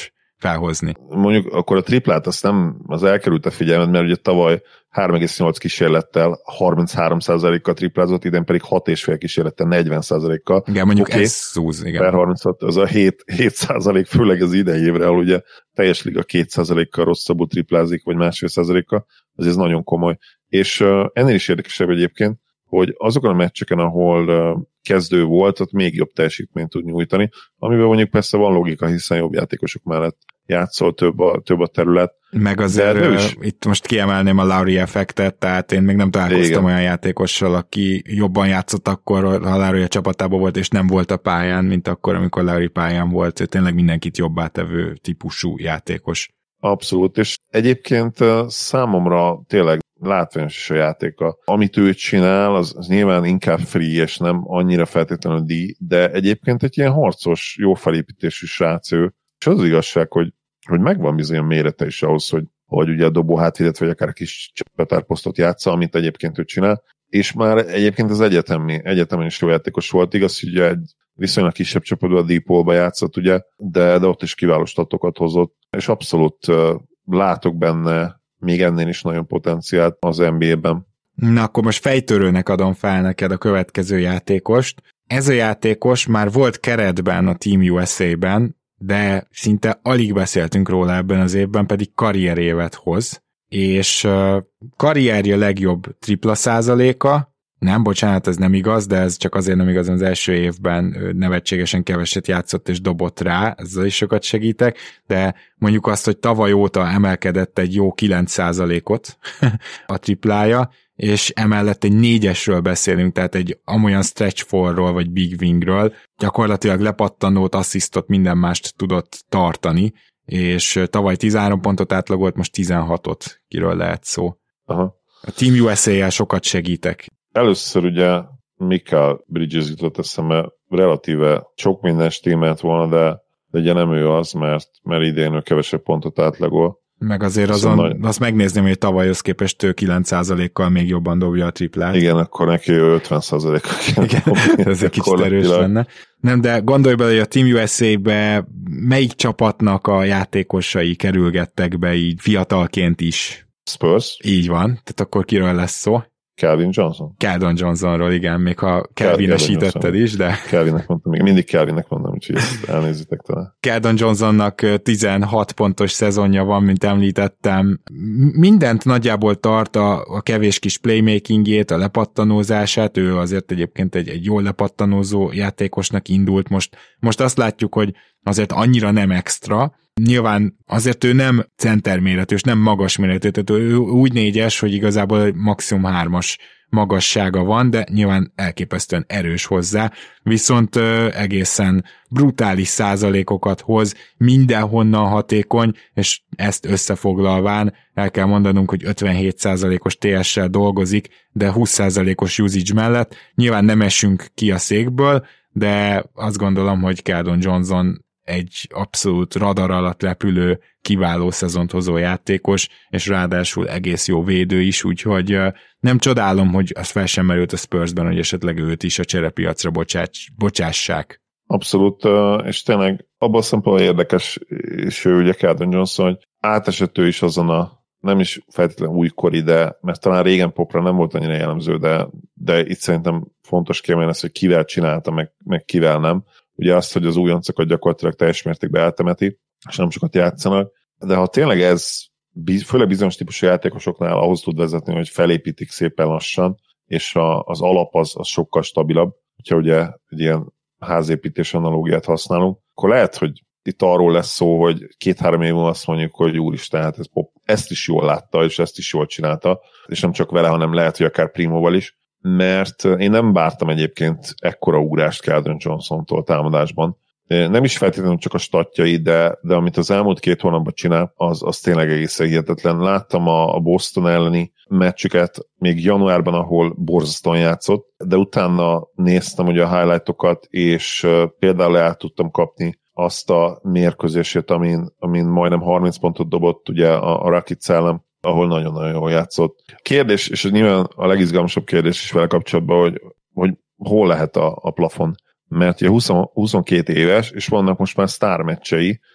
felhozni. Mondjuk akkor a triplát azt nem, az elkerült a figyelmed, mert ugye tavaly három egész nyolc kísérlettel harminchárom százalékkal triplázott, idén pedig hat egész öt kísérlettel negyven százalékkal. Igen, mondjuk okay. ez szúz, igen. Per harminchat, az a hét százalék, főleg az idei évre, ahol ugye teljes liga két százalékkal rosszabbul triplázik, vagy másfél százalékkal, az ez nagyon komoly. És uh, ennél is érdekesebb egyébként, hogy azokon a meccseken, ahol uh, kezdő volt, ott még jobb teljesítményt tud nyújtani, amiben mondjuk persze van logika, hiszen jobb játékosok mellett játszol, több a, több a terület. Meg azért uh, itt most kiemelném a Lowry effektet, tehát én még nem találkoztam igen. olyan játékossal, aki jobban játszott akkor, ha Lowry a csapatában volt, és nem volt a pályán, mint akkor, amikor Lowry pályán volt. Ő tényleg mindenkit jobbá tevő típusú játékos. Abszolút, és egyébként uh, számomra tényleg látványos is a játéka. Amit ő csinál, az, az nyilván inkább free, és nem annyira feltétlenül díj, de egyébként egy ilyen harcos, jó felépítésű srác ő, és az, az igazság, hogy, hogy megvan bizony a mérete is ahhoz, hogy, hogy ugye a dobó hátvédet, vagy akár a kis csapatárposztot játsza, amit egyébként ő csinál, és már egyébként az egyetemi, egyetemen is jó játékos volt, igaz, hogy ugye egy viszonylag kisebb csapatban a D-Poolba játszott, ugye, de, de ott is kiváló statokat hozott, és abszolút uh, látok benne még ennél is nagyon potenciált az en bé á-ben. Na, akkor most fejtörőnek adom fel neked a következő játékost. Ez a játékos már volt keretben a Team u es á-ben, de szinte alig beszéltünk róla ebben az évben, pedig karrierévet hoz, és uh, karrierje legjobb tripla százaléka, nem, bocsánat, ez nem igaz, de ez csak azért nem igaz, az első évben nevetségesen keveset játszott és dobott rá, ezzel is sokat segítek, de mondjuk azt, hogy tavaly óta emelkedett egy jó kilenc százalékot a triplája, és emellett egy négyesről beszélünk, tehát egy amolyan stretch fourról vagy big wingről, gyakorlatilag lepattanót, asszisztot, minden mást tudott tartani, és tavaly tizenhárom pontot átlagolt, most tizenhatot, kiről lehet szó. Aha. A Team u es á-jel sokat segítek. Először ugye Mikal Bridges jutott eszembe, relatíve sok minden stímelt volna, de, de ugye nem ő az, mert, mert idén ő kevesebb pontot átlagol. Meg azért azon, nagy... azt megnézném, hogy tavalyhoz képest ő kilenc százalékkal még jobban dobja a triplát. Igen, akkor neki ötven százalékkal Igen, ez egy kicsit erős lenne. Nem, de gondolj bele, hogy a Team u es á-be melyik csapatnak a játékosai kerülgettek be így fiatalként is? Spurs. Így van, tehát akkor kiről lesz szó? Calvin Johnson. Calvin Johnsonról, igen, még ha Calvin-esítetted is, de... Calvinnek mondtam, még mindig Calvinnek mondom, úgyhogy ezt elnézitek talán. Calvin Johnsonnak tizenhat pontos szezonja van, mint említettem. Mindent nagyjából tart, a, a kevés kis playmakingét, a lepattanózását, ő azért egyébként egy, egy jól lepattanózó játékosnak indult. Most, most azt látjuk, hogy azért annyira nem extra. Nyilván azért ő nem centerméretű, és nem magas méretű, tehát ő úgy négyes, hogy igazából maximum hármas magassága van, de nyilván elképesztően erős hozzá, viszont ö, egészen brutális százalékokat hoz, mindenhonnan hatékony, és ezt összefoglalván el kell mondanunk, hogy ötvenhét százalékos té es-sel dolgozik, de húsz százalékos usage mellett. Nyilván nem esünk ki a székből, de azt gondolom, hogy Keldon Johnson egy abszolút radar alatt repülő, kiváló szezont hozó játékos, és ráadásul egész jó védő is, úgyhogy nem csodálom, hogy az fel sem merült a Spursben, hogy esetleg őt is a cserepiacra bocsács, bocsássák. Abszolút, és tényleg abban a szempontból érdekes, és ő ugye Keldon Johnson, hogy átesett ő is azon a nem is feltétlenül újkori, de mert talán régen popra nem volt annyira jellemző, de, de itt szerintem fontos kiemelni ezt, hogy kivel csinálta, meg, meg kivel nem. Ugye azt, hogy az újoncokat gyakorlatilag teljes mértékben eltemeti, és nem sokat játszanak, de ha tényleg ez, főleg bizonyos típusú játékosoknál ahhoz tud vezetni, hogy felépítik szépen lassan, és a, az alap az, az sokkal stabilabb, hogyha ugye egy ilyen házépítés analógiát használunk, akkor lehet, hogy itt arról lesz szó, hogy két-három év múlva azt mondjuk, hogy úristen, hát ez pop, ezt is jól látta, és ezt is jól csinálta, és nem csak vele, hanem lehet, hogy akár Primoval is, mert én nem vártam egyébként ekkora ugrást Keldon Johnsontól támadásban. Nem is feltétlenül csak a statjai, de, de amit az elmúlt két hónapban csinál, az, az tényleg egészen hihetetlen. Láttam a, a Boston elleni meccsüket még januárban, ahol borzasztóan játszott, de utána néztem ugye a highlightokat, és például el tudtam kapni azt a mérkőzését, amin, amin majdnem harminc pontot dobott ugye a, a Rockets ellen, ahol nagyon-nagyon jól játszott. Kérdés, és nyilván a legizgalmasabb kérdés is vele kapcsolatban, hogy, hogy hol lehet a, a plafon. Mert ugye húsz, huszonkét éves, és vannak most már sztár meccsei,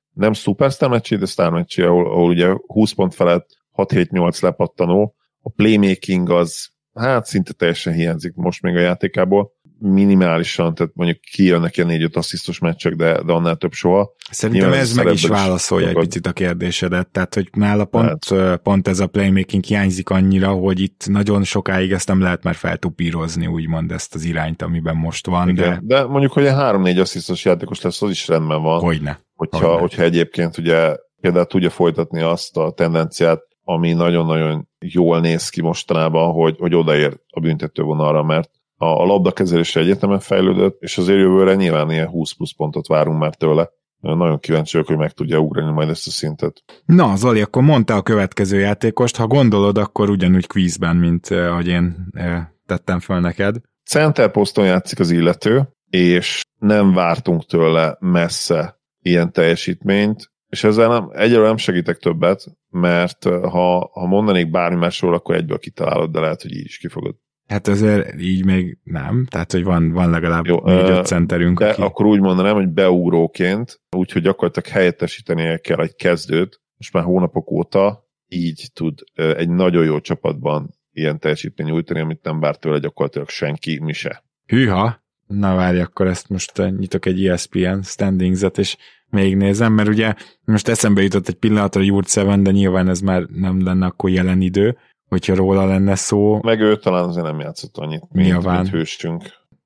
nem szupersztár meccsé, de sztár meccsé, ahol, ahol ugye húsz pont felett hat hét nyolc lepattanó, a playmaking az hát szinte teljesen hiányzik most még a játékából, minimálisan, tehát mondjuk kijönnek ilyen négy-öt asszisztos meccsek, de, de annál több soha. Szerintem Nyilván ez meg is válaszolja is egy picit a kérdésedet, tehát hogy nála pont, hát. pont ez a playmaking hiányzik annyira, hogy itt nagyon sokáig ezt nem lehet már feltupírozni, úgymond ezt az irányt, amiben most van. Igen, de... de mondjuk, hogy a három-négy asszisztos játékos lesz, az is rendben van. Hogyne. Hogyha, Hogyne. hogyha egyébként ugye például tudja folytatni azt a tendenciát, ami nagyon-nagyon jól néz ki mostanában, hogy, hogy odaér a büntetővonalra, mert a, a labdakezelésre egyetemen fejlődött, és azért jövőre nyilván ilyen húsz plusz pontot várunk már tőle. Nagyon kíváncsi vagyok, hogy meg tudja ugrani majd ezt a szintet. Na, Zoli, akkor mondta a következő játékost, ha gondolod, akkor ugyanúgy kvízben, mint ahogy én tettem fel neked. Center poszton játszik az illető, és nem vártunk tőle messze ilyen teljesítményt, és ezzel nem, egyelőre nem segítek többet, mert ha, ha mondanék bármi másról, akkor egyből kitalálod, de lehet, hogy így is kifogod. Hát azért így még nem, tehát hogy van, van legalább négy-öt centerünk. De aki... akkor úgy mondanám, hogy beugróként, úgyhogy gyakorlatilag helyettesítenie kell egy kezdőt, most már hónapok óta így tud egy nagyon jó csapatban ilyen teljesítmény nyújtani, amit nem vár tőle gyakorlatilag senki, mi se. Hűha! Na várj, akkor ezt most nyitok egy E S P N standingset, és még nézem, mert ugye most eszembe jutott egy pillanatra Jurt Seven, de nyilván ez már nem lenne akkor jelen idő, hogyha róla lenne szó. Meg ő talán azért nem játszott annyit, mint, mint hősünk.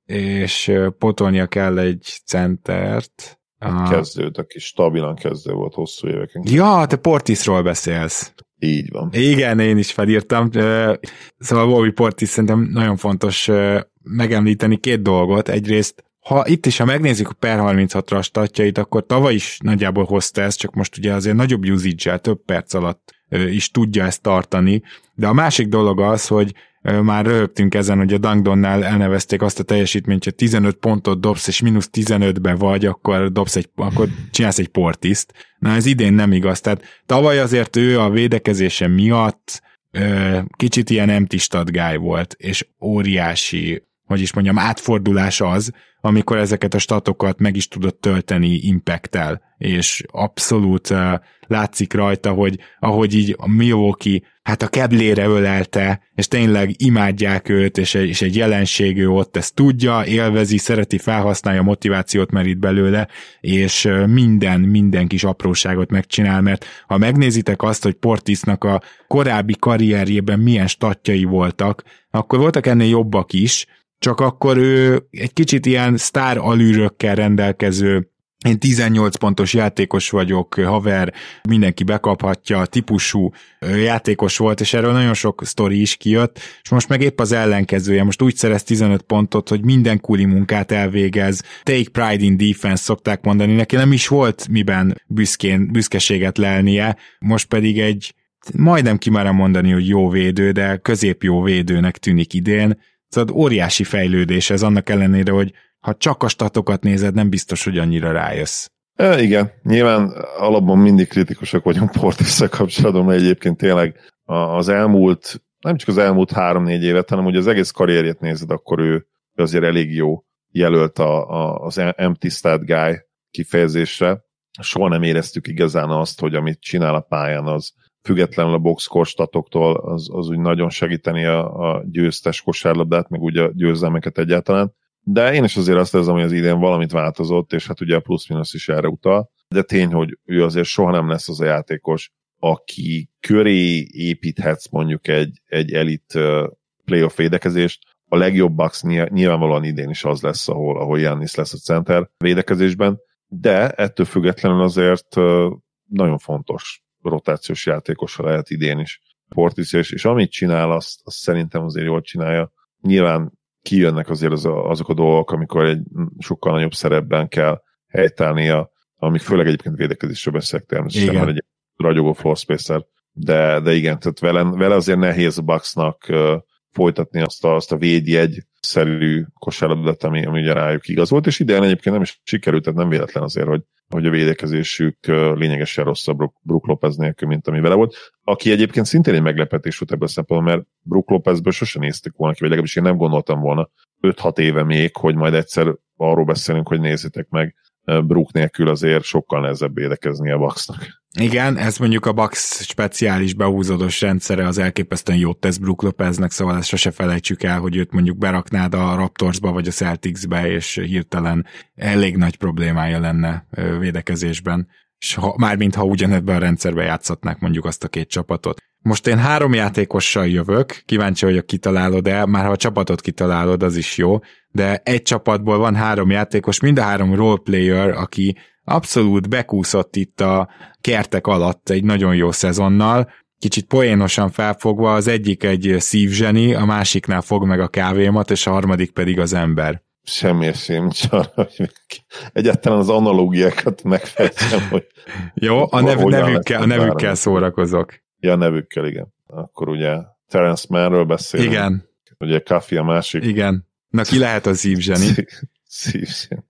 És potolnia kell egy centert. Egy kezdőt, aki stabilan kezdő volt hosszú éveken. Ja, te Portisról beszélsz. Így van. Igen, én is felírtam. Szóval Bobby Portis szerintem nagyon fontos megemlíteni két dolgot. Egyrészt, ha itt is, ha megnézzük a per harminchatra statjait, akkor tavaly is nagyjából hozta ezt, csak most ugye azért nagyobb usage-el, több perc alatt is tudja ezt tartani. De a másik dolog az, hogy már röhögtünk ezen, hogy a Dunkdonnál elnevezték azt a teljesítményt, hogy tizenöt pontot dobsz, és mínusz tizenötbe vagy, akkor, dobsz egy, akkor csinálsz egy Portiszt. Na ez idén nem igaz. Tehát tavaly azért ő a védekezése miatt ö, kicsit ilyen empty stat guy volt, és óriási, hogy is mondjam, átfordulás az, amikor ezeket a statokat meg is tudott tölteni impacttel, és abszolút uh, látszik rajta, hogy ahogy így a Milwaukee hát a keblére ölelte, és tényleg imádják őt, és egy, és egy jelenség ő ott ezt tudja, élvezi, szereti, felhasználja, motivációt merít belőle, és minden, minden kis apróságot megcsinál, mert ha megnézitek azt, hogy Portisnak a korábbi karrierjében milyen statjai voltak, akkor voltak ennél jobbak is, csak akkor ő egy kicsit ilyen sztár alűrökkel rendelkező, én tizennyolc pontos játékos vagyok, haver, mindenki bekaphatja, típusú játékos volt, és erről nagyon sok sztori is kijött, és most meg épp az ellenkezője, most úgy szerez tizenöt pontot, hogy minden kuli munkát elvégez, take pride in defense szokták mondani, neki nem is volt miben büszkén, büszkeséget lelnie, most pedig egy, majdnem kimerem mondani, hogy jó védő, de középjó védőnek tűnik idén, szóval óriási fejlődés ez, annak ellenére, hogy ha csak a statokat nézed, nem biztos, hogy annyira rájössz. E, igen, nyilván alapban mindig kritikusak vagyunk Portisszel kapcsolatban, mert egyébként tényleg az elmúlt, nem csak az elmúlt három-négy évet, hanem ugye az egész karrierjét nézed, akkor ő azért elég jó jelölt a, a, az empty stat guy kifejezésre. Soha nem éreztük igazán azt, hogy amit csinál a pályán, az függetlenül a boxscore statoktól, az, az úgy nagyon segíteni a, a győztes kosárlabdát, meg úgy a győzelmeket egyáltalán. De én is azért azt érzem, hogy az idén valamit változott, és hát ugye a plusz-minusz is erre utal. De tény, hogy ő azért soha nem lesz az a játékos, aki köré építhetsz mondjuk egy, egy elit playoff védekezést. A legjobb Bucks nyilvánvalóan idén is az lesz, ahol, ahol Giannis lesz a center védekezésben, de ettől függetlenül azért nagyon fontos rotációs játékosa lehet idén is Portis, és, és amit csinál, azt, azt szerintem azért jól csinálja. Nyilván kijönnek azért az a, azok a dolgok, amikor egy sokkal nagyobb szerepben kell helytállnia, amik főleg egyébként védekezésről beszélek természetesen, mert egy ragyogó floor spacer, de, de igen, tehát vele, vele azért nehéz a Bucksnak uh, folytatni azt a, azt a védjegy-szerű kosárlabdát, ami, ami ugye rájuk igaz volt, és idén egyébként nem is sikerült, tehát nem véletlen azért, hogy, hogy a védekezésük uh, lényegesen rosszabb Brook Lopez nélkül, mint ami vele volt, aki egyébként szintén egy meglepetés volt ebből a szempontból, mert Brook Lopezből sosem néztük volna ki, vagy legalábbis én nem gondoltam volna öt-hat éve még, hogy majd egyszer arról beszélünk, hogy nézzétek meg Brook nélkül azért sokkal nehezebb védekezni a Bucksnak. Igen, ez mondjuk a Bucks speciális behúzódós rendszere az elképesztően jót tesz Brook Lopeznek, szóval ezt sose felejtsük el, hogy őt mondjuk beraknád a Raptorsba vagy a Celticsbe, és hirtelen elég nagy problémája lenne védekezésben, és ha, mármint ha ugyanebben a rendszerben játszhatnák mondjuk azt a két csapatot. Most én három játékossal jövök, kíváncsi vagyok, kitalálod-e, már ha a csapatot kitalálod, az is jó, de egy csapatból van három játékos, mind a három roleplayer, aki abszolút bekúszott itt a kertek alatt egy nagyon jó szezonnal, kicsit poénosan felfogva, az egyik egy szívzseni, a másiknál fog meg a kávémat, és a harmadik pedig az ember. Semmi esélyem nincs, hogy egyáltalán az analógiákat megfejtsem, hogy jó, a, nev- nevükkel, a nevükkel szórakozok. Ja, a nevükkel, igen. Akkor ugye Terence Mannről beszélünk. Igen. Ugye Coffey a másik. Igen. Na ki lehet a szívzseni? Szívzseni.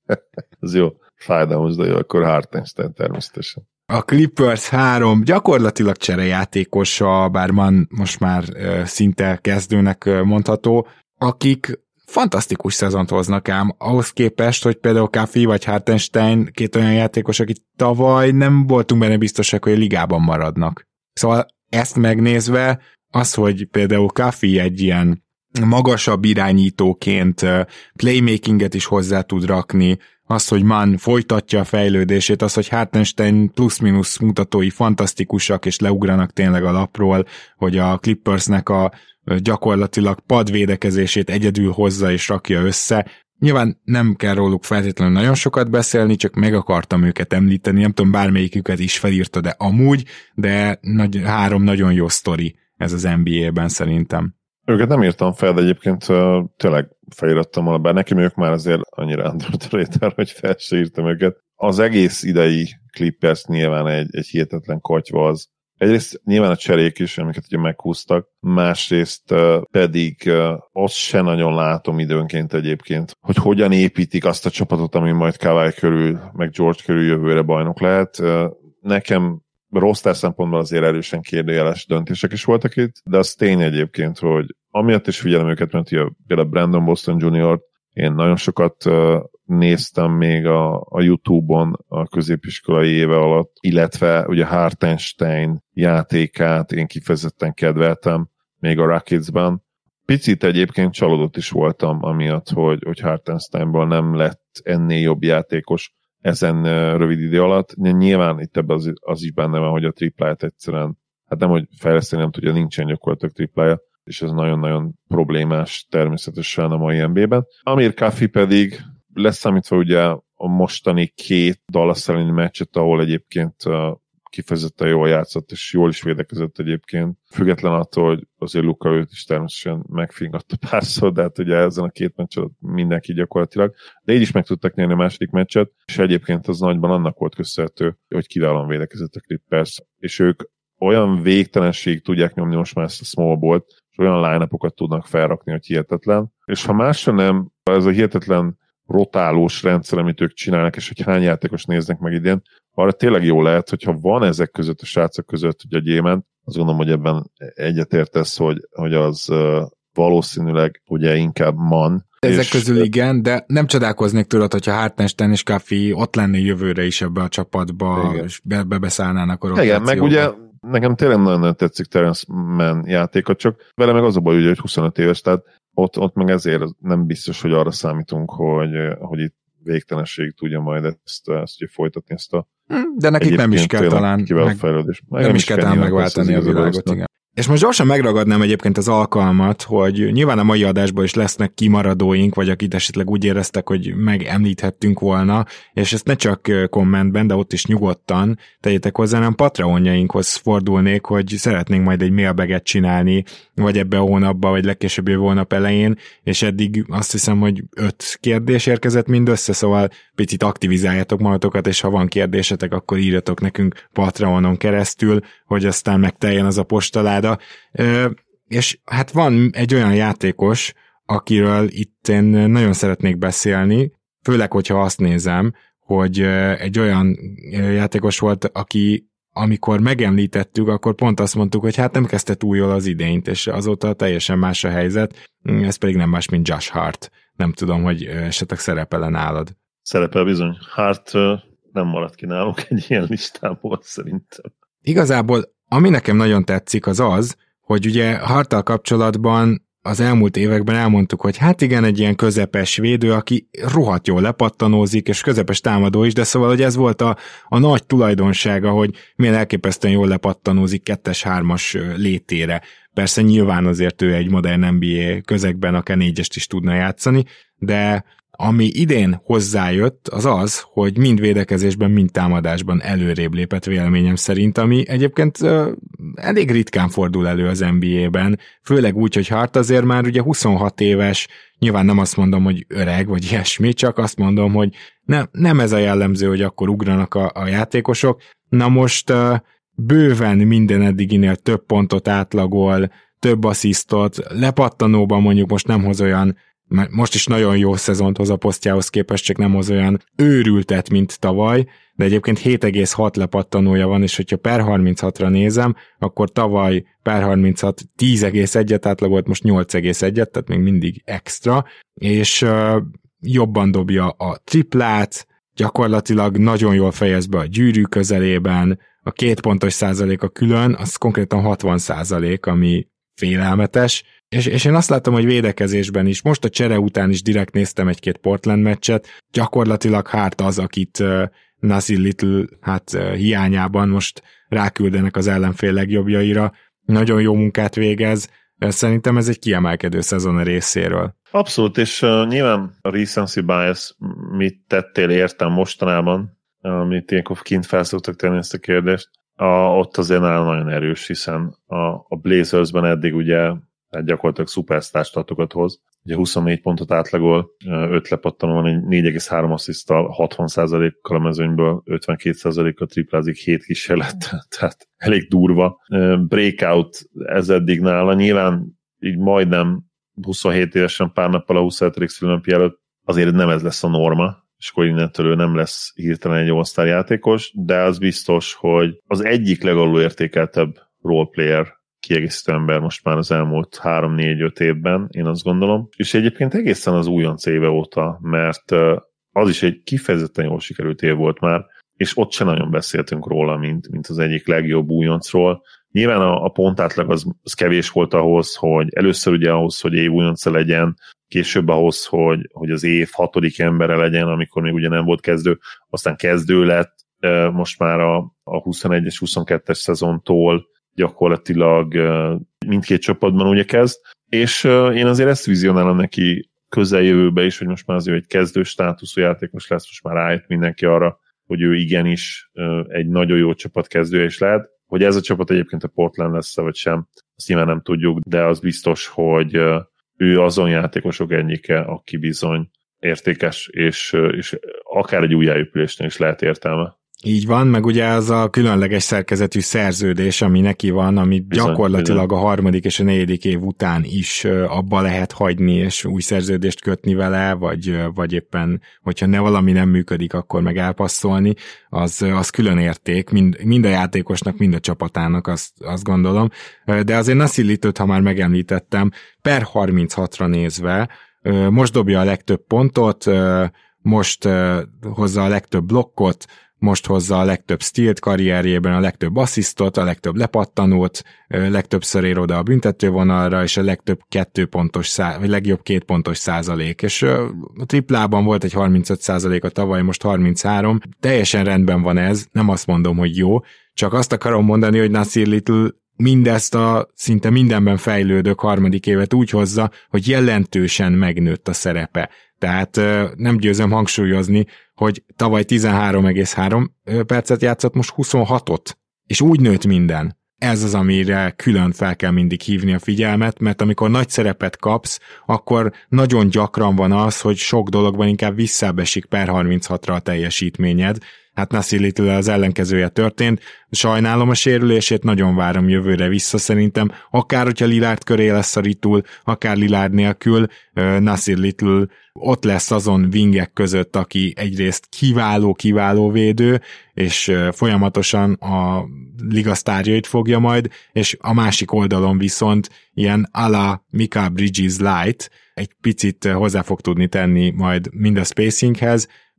Ez jó. Fájdalmas, de jó, akkor Hartenstein természetesen. A Clippers három gyakorlatilag cserejátékosa, bár man most már uh, szinte kezdőnek uh, mondható, akik fantasztikus szezont hoznak ám, ahhoz képest, hogy például Coffey vagy Hartenstein két olyan játékos, akik tavaly nem voltunk benne biztosak, hogy a ligában maradnak. Szóval ezt megnézve, az, hogy például Coffey egy ilyen magasabb irányítóként playmakinget is hozzá tud rakni, az, hogy Mann folytatja a fejlődését, az, hogy Hartenstein plusz-minusz mutatói fantasztikusak, és leugranak tényleg a lapról, hogy a Clippersnek a gyakorlatilag padvédekezését egyedül hozza és rakja össze. Nyilván nem kell róluk feltétlenül nagyon sokat beszélni, csak meg akartam őket említeni, nem tudom, bármelyiküket is felírta, de amúgy, de nagy, három nagyon jó sztori ez az en bé á-ben szerintem. Őket nem írtam fel, de egyébként uh, tényleg felirattam volna, bár nekem ők már azért annyira underrated, hogy fel se írtam őket. Az egész idei Clippers nyilván egy, egy hihetetlen katyva az. Egyrészt nyilván a cserék is, amiket ugye meghúztak, másrészt uh, pedig uh, azt se nagyon látom időnként egyébként, hogy hogyan építik azt a csapatot, ami majd Kawhi körül, meg George körül jövőre bajnok lehet. Uh, nekem roster szempontból azért erősen kérdőjeles döntések is voltak itt, de az tény egyébként, hogy amiatt is figyelem őket, mert ugye például Brandon Boston junior én nagyon sokat uh, néztem még a, a YouTube-on a középiskolai éve alatt, illetve ugye Hartenstein játékát én kifejezetten kedveltem még a Rocketsban. Picit egyébként csalódott is voltam amiatt, hogy, hogy Hartensteinból nem lett ennél jobb játékos ezen rövid idő alatt. Nyilván itt ebben az, az is benne van, hogy a tripláját egyszerűen, hát nem, hogy fejleszteni nem tudja, nincsen gyakorlatilag triplája, és ez nagyon-nagyon problémás természetesen a mai en bé á-ben. Amir Coffey pedig leszámítva ugye a mostani két Dallas elleni meccset, ahol egyébként kifejezetten jól játszott, és jól is védekezett egyébként. Független attól, hogy azért Luka őt is természetesen megfingatta párszor, de hát ugye ezen a két meccset mindenki gyakorlatilag. De így is meg tudtak nyerni a második meccset, és egyébként az nagyban annak volt köszönhető, hogy kiválóan védekezett a Clippers, és ők olyan végtelenség tudják nyomni most már ezt a small ballt, és olyan line-upokat tudnak felrakni, hogy hihetetlen. És ha másra nem, ez a hihetetlen rotálós rendszer, amit ők csinálnak, és hogy hány játékos néznek meg idén, arra tényleg jó lehet, hogyha van ezek között a srácok között, ugye a Gyémánt, azt gondolom, hogy ebben egyetértesz, hogy, hogy az uh, valószínűleg ugye inkább man. Ezek és közül igen, de nem csodálkoznék tőled, hogyha Hartenstein és Coffey ott lenné jövőre is ebbe a csapatba, igen. És be, bebeszállnának a rotációba. Igen, meg ugye nekem tényleg nagyon tetszik Terence Mann játéka, csak vele meg az a baj, ugye, hogy huszonöt éves, tehát ott, ott meg ezért nem biztos, hogy arra számítunk, hogy, hogy itt végtelenség tudja majd ezt, ezt ugye folytatni, ezt a de nekik nem is kell talán meg, meg, nem is kell talán megváltani a világot, igen. És most gyorsan megragadnám egyébként az alkalmat, hogy nyilván a mai adásban is lesznek kimaradóink, vagy akit esetleg úgy éreztek, hogy megemlíthettünk volna, és ezt ne csak kommentben, de ott is nyugodtan tegyétek hozzá, hanem Patreonjainkhoz fordulnék, hogy szeretnénk majd egy mailbaget csinálni, vagy ebbe a hónapban, vagy legkésőbb jövő hónap elején, és eddig azt hiszem, hogy öt kérdés érkezett mindössze, szóval picit aktivizáljátok magatokat, és ha van kérdésetek, akkor írjatok nekünk Patreonon keresztül, hogy aztán megteljen az a postaláda. Ö, és hát van egy olyan játékos, akiről itt én nagyon szeretnék beszélni, főleg, hogyha azt nézem, hogy egy olyan játékos volt, aki amikor megemlítettük, akkor pont azt mondtuk, hogy hát nem kezdte túl jól az idényt, és azóta teljesen más a helyzet, ez pedig nem más, mint Josh Hart. Nem tudom, hogy esetleg szerepele nálad. szerepel bizony. Hart nem maradt ki nálunk egy ilyen listából szerintem. Igazából, ami nekem nagyon tetszik, az az, hogy ugye Harttal kapcsolatban az elmúlt években elmondtuk, hogy hát igen, egy ilyen közepes védő, aki rohadt jól lepattanózik, és közepes támadó is, de szóval, hogy ez volt a, a nagy tulajdonsága, hogy milyen elképesztően jól lepattanózik kettes-hármas létére. Persze nyilván azért ő egy modern en bé á közegben akár négyest is tudna játszani, de ami idén hozzájött, az az, hogy mind védekezésben, mind támadásban előrébb lépett véleményem szerint, ami egyébként uh, elég ritkán fordul elő az en bé á-ben, főleg úgy, hogy Hart azért már ugye huszonhat éves, nyilván nem azt mondom, hogy öreg, vagy ilyesmi, csak azt mondom, hogy ne, nem ez a jellemző, hogy akkor ugranak a, a játékosok. Na most uh, bőven minden eddiginél több pontot átlagol, több asszisztot, lepattanóban mondjuk most nem hoz olyan, most is nagyon jó szezont hoz a posztjához képest, csak nem hoz olyan őrültet, mint tavaly, de egyébként hét egész hat lepattanója van, és hogyha per harminchatra nézem, akkor tavaly per harminchat tíz egész egyet átlagolt, most nyolc egész egyet, tehát még mindig extra, és uh, jobban dobja a triplát, gyakorlatilag nagyon jól fejez be a gyűrű közelében, a két pontos százalék a külön, az konkrétan hatvan százalék, ami félelmetes, és, és én azt látom, hogy védekezésben is, most a csere után is direkt néztem egy-két Portland meccset, gyakorlatilag Hart az, akit uh, Nassir Little hát uh, hiányában most ráküldenek az ellenfél legjobbjaira, nagyon jó munkát végez, szerintem ez egy kiemelkedő szezon a részéről. Abszolút, és uh, nyilván a recency bias, mit tettél értem mostanában, amit ilyenkor kint felszoktak tenni ezt a kérdést, a, ott azért nála nagyon erős, hiszen a, a Blazersben eddig ugye gyakorlatilag szupersztár statokat hoz. Ugye huszonnégy pontot átlagol, öt lepattanó van, négy egész három assziszttal, hatvan százalékkal a mezőnyből, ötvenkét százalékkal triplázik, hét kísérlettel, tehát elég durva. Breakout ez eddig nála, nyilván így majdnem huszonhét évesen pár nappal a huszonhetedik szülőnapja előtt azért nem ez lesz a norma, és akkor innentől ő nem lesz hirtelen egy all-star játékos, de az biztos, hogy az egyik legalul értékeltebb roleplayer kiegészítő ember most már az elmúlt három-négy-öt évben, én azt gondolom. És egyébként egészen az újonc éve óta, mert az is egy kifejezetten jól sikerült év volt már, és ott sem nagyon beszéltünk róla, mint, mint az egyik legjobb újoncról. Nyilván a, a pontátlag az, az kevés volt ahhoz, hogy először ugye ahhoz, hogy év újonca legyen, később ahhoz, hogy, hogy az év hatodik embere legyen, amikor még ugye nem volt kezdő, aztán kezdő lett, most már a, a huszonegyes huszonkettes szezontól gyakorlatilag mindkét csapatban ugye kezd, és én azért ezt vizionálom neki közeljövőbe is, hogy most már azért egy kezdő státuszú játékos lesz, most már rájött mindenki arra, hogy ő igenis egy nagyon jó csapat kezdője is lehet. Hogy ez a csapat egyébként a Portland lesz-e vagy sem, azt nyilván nem tudjuk, de az biztos, hogy ő azon játékosok egyike, aki bizony értékes, és, és akár egy újjáépülésnél is lehet értelme. Így van, meg ugye az a különleges szerkezetű szerződés, ami neki van, ami bizony, gyakorlatilag bizony. A harmadik és a negyedik év után is abba lehet hagyni, és új szerződést kötni vele, vagy, vagy éppen, hogyha ne valami nem működik, akkor meg elpasszolni, az, az külön érték, mind, mind a játékosnak, mind a csapatának, azt, azt gondolom. De azért Nassir Little-t, ha már megemlítettem, per harminchatra nézve, most dobja a legtöbb pontot, most hozza a legtöbb blokkot, most hozza a legtöbb stealt karrierjében, a legtöbb asszisztot, a legtöbb lepattanót, legtöbbször ér oda a büntetővonalra, és a legtöbb kettő pontos szá- vagy legjobb két pontos százalék. És a triplában volt egy harmincöt százalék a tavaly, most harminchárom. Teljesen rendben van ez, nem azt mondom, hogy jó, csak azt akarom mondani, hogy Nassir Little mindezt a szinte mindenben fejlődő harmadik évet úgy hozza, hogy jelentősen megnőtt a szerepe. Tehát nem győzöm hangsúlyozni, hogy tavaly tizenhárom egész három percet játszott, most huszonhatot, és úgy nőtt minden. Ez az, amire külön fel kell mindig hívni a figyelmet, mert amikor nagy szerepet kapsz, akkor nagyon gyakran van az, hogy sok dologban inkább visszábesik per harminchatra a teljesítményed. Hát Nassir Little az ellenkezője történt. Sajnálom a sérülését, nagyon várom jövőre vissza szerintem. Akár, hogyha Lillard köré lesz a ritul, akár Lillard nélkül, Nassir Little ott lesz azon wingek között, aki egyrészt kiváló-kiváló védő, és folyamatosan a liga sztárjait fogja majd, és a másik oldalon viszont ilyen a la Mikal Bridges light, egy picit hozzá fog tudni tenni majd mind a spacinghez,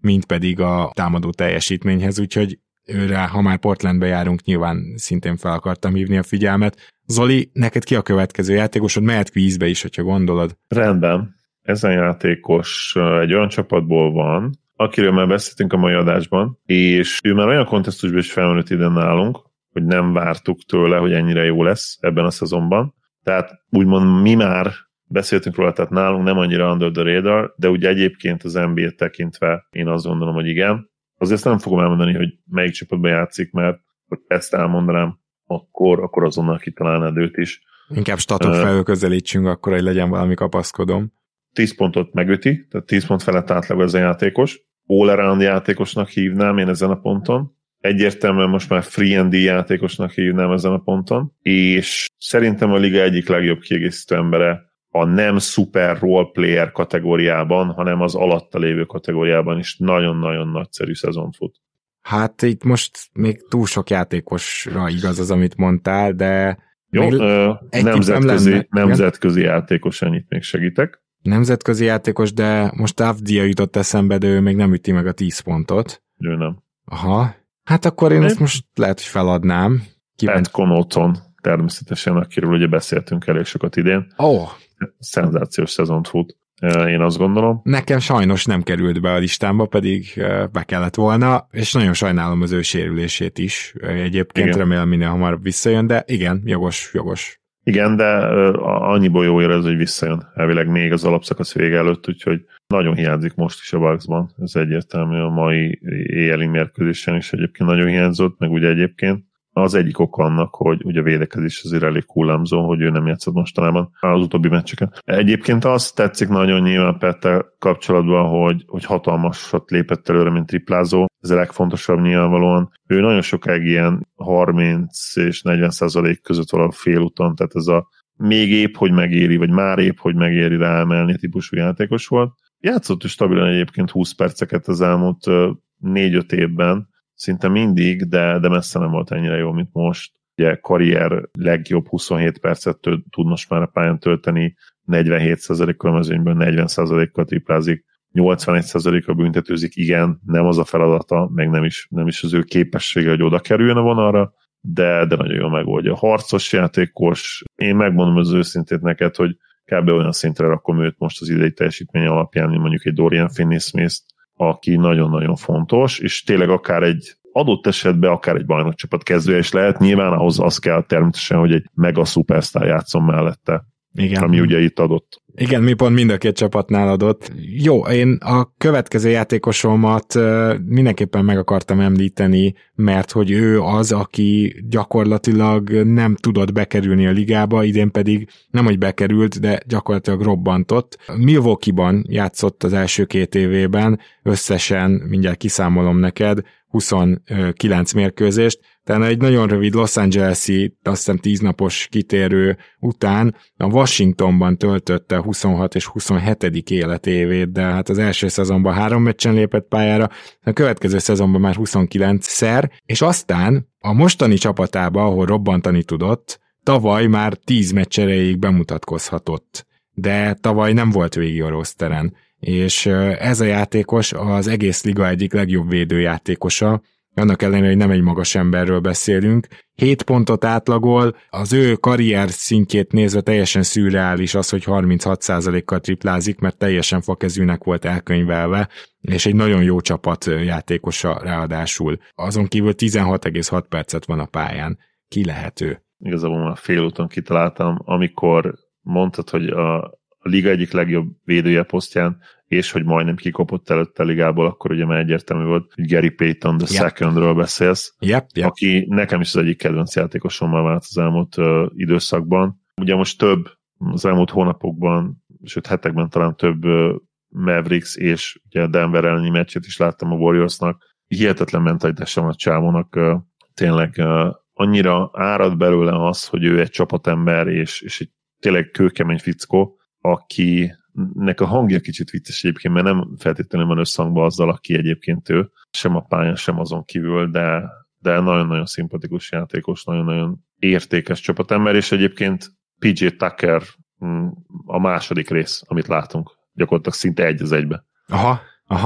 mint pedig a támadó teljesítményhez, úgyhogy őre, ha már Portlandbe járunk, nyilván szintén fel akartam hívni a figyelmet. Zoli, neked ki a következő játékosod? Mehet kvízbe is, hogyha gondolod. Rendben. Ezen játékos egy olyan csapatból van, akiről már beszéltünk a mai adásban, és ő már olyan kontextusban is felmerült ide nálunk, hogy nem vártuk tőle, hogy ennyire jó lesz ebben a szezonban. Tehát úgymond mi már beszéltünk róla, tehát nálunk nem annyira under the radar, de ugye egyébként az en bé á-t tekintve én azt gondolom, hogy igen. Azért ezt nem fogom elmondani, hogy melyik csapatban játszik, mert hogy ezt elmondanám, akkor, akkor azonnal kitalálnád őt is. Inkább statok felől közelítsünk, akkor, hogy legyen valami kapaszkodom. tíz pontot megüti, tehát tíz pont felett átlag ez a játékos. All-around játékosnak hívnám én ezen a ponton. Egyértelműen most már free and D játékosnak hívnám ezen a ponton, és szerintem a liga egyik legjobb kiegészítő embere a nem szuper role player kategóriában, hanem az alatta lévő kategóriában is nagyon-nagyon nagyszerű szezont fut. Hát itt most még túl sok játékosra igaz az, amit mondtál, de... Jó, ö, nemzetközi, nemzetközi játékos, ennyit még segítek. Nemzetközi játékos, de most Avdia jutott eszembe, de ő még nem üti meg a tíz pontot. Ő nem. Aha. Hát akkor én ezt most lehet, hogy feladnám. Pat Connaughton, természetesen, akiről ugye beszéltünk elég sokat idén. Ó. Oh. Szenzációs szezont fut, én azt gondolom. Nekem sajnos nem került be a listámba, pedig be kellett volna, és nagyon sajnálom az ő sérülését is. Egyébként igen. Remélem minél hamarabb visszajön, de igen, jogos, jogos. Igen, de annyiból jó érez, hogy visszajön. Elvileg még az alapszakasz vége előtt, úgyhogy nagyon hiányzik most is a Bucksban. Ez egyértelmű, a mai éjjeli mérkőzésen is egyébként nagyon hiányzott, meg ugye egyébként. Az egyik oka annak, hogy ugye a védekezés azért elég hullámzó, hogy ő nem játszott mostanában az utóbbi meccseken. Egyébként azt tetszik nagyon nyilván Pettel kapcsolatban, hogy, hogy hatalmasat lépett előre, mint triplázó. Ez a legfontosabb nyilvánvalóan. Ő nagyon sokáig ilyen harminc és negyven százalék között valahol félúton, tehát ez a még épp, hogy megéri, vagy már épp, hogy megéri ráemelni típusú játékos volt. Játszott is stabilan egyébként húsz perceket az elmúlt négy-öt évben, szinte mindig, de, de messze nem volt ennyire jó, mint most. Ugye karrier legjobb huszonhét percet tud most már a pályán tölteni, negyvenhét százalékkal a mezőnyből, negyven százalékkal triplázik, nyolcvanegy százalékkal büntetőzik, igen, nem az a feladata, meg nem is, nem is az ő képessége, hogy oda kerüljön a vonalra, de, de nagyon jól megoldja. Harcos játékos, én megmondom az őszintét neked, hogy kb. Olyan szintre rakom őt most az idei teljesítmény alapján, mint mondjuk egy Dorian Finney-Smith, aki nagyon-nagyon fontos, és tényleg akár egy adott esetben akár egy bajnokcsapat kezdője is lehet, nyilván ahhoz az kell természetesen, hogy egy mega szupersztár játszon mellette. Igen. Ami ugye itt adott. Igen, mi pont mind a két csapatnál adott. Jó, én a következő játékosomat mindenképpen meg akartam említeni, mert hogy ő az, aki gyakorlatilag nem tudott bekerülni a ligába, idén pedig nem, hogy bekerült, de gyakorlatilag robbantott. Milwaukee-ban játszott az első két évében, összesen, mindjárt kiszámolom neked, huszonkilenc mérkőzést, tehát egy nagyon rövid Los Angeles-i, azt hiszem tíz napos kitérő után a Washingtonban töltötte huszonhat és huszonhetedik életévét, de hát az első szezonban három meccsen lépett pályára, a következő szezonban már huszonkilencszer, és aztán a mostani csapatába, ahol robbantani tudott, tavaly már tíz meccs erejéig bemutatkozhatott, de tavaly nem volt végig a rosteren, és ez a játékos az egész liga egyik legjobb védőjátékosa, annak ellenére, hogy nem egy magas emberről beszélünk. hét pontot átlagol, az ő karrier szintjét nézve teljesen szürreális az, hogy harminchat százalékkal triplázik, mert teljesen fakezűnek volt elkönyvelve, és egy nagyon jó csapat játékosa ráadásul. Azon kívül tizenhat egész hat percet van a pályán. Ki lehet ő? Igazából már félúton kitaláltam, amikor mondtad, hogy a, a liga egyik legjobb védője posztján, és hogy majdnem kikopott előtte a ligából, akkor ugye már egyértelmű volt, hogy Gary Payton the yep. secondről beszélsz, yep, yep. aki nekem is az egyik kedvenc játékosommal vált az elmúlt uh, időszakban. Ugye most több, az elmúlt hónapokban, sőt hetekben talán több uh, Mavericks és ugye Denver elleni meccset is láttam a Warriorsnak. Hihetetlen mentalitása van a csávónak, uh, tényleg uh, annyira árad belőle az, hogy ő egy csapatember, és, és egy tényleg kőkemény fickó, aki nek a hangja kicsit vicces egyébként, mert nem feltétlenül van összhangban azzal, aki egyébként ő, sem a pályán, sem azon kívül, de, de nagyon-nagyon szimpatikus játékos, nagyon-nagyon értékes csapatember, és egyébként pé jé Tucker a második rész, amit látunk, gyakorlatilag szinte egy az egybe. Aha, aha.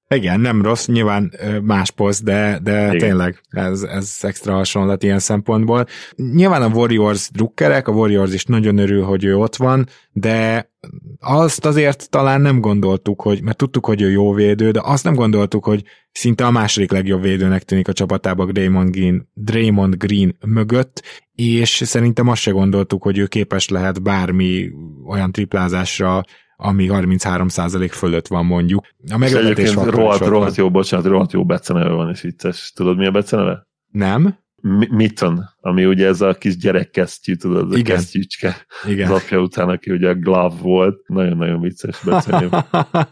Igen, nem rossz, nyilván más poszt, de, de tényleg ez, ez extra hasonlat ilyen szempontból. Nyilván a Warriors drukkerek, a Warriors is nagyon örül, hogy ő ott van, de azt azért talán nem gondoltuk, hogy, mert tudtuk, hogy ő jó védő, de azt nem gondoltuk, hogy szinte a második legjobb védőnek tűnik a csapatában Draymond Green, Draymond Green mögött, és szerintem azt se gondoltuk, hogy ő képes lehet bármi olyan triplázásra, ami harminchárom százalék fölött van mondjuk. A meglepetés rohadt, rohadt jó, bocsánat, rohadt jó beceneve van, és vicces. Tudod, mi a beceneve? Nem. Mitten, ami ugye ez a kis gyerekkesztyű, tudod, a kesztyűcske. Igen. Az apja után, aki ugye a glove volt. Nagyon-nagyon vicces beceneve.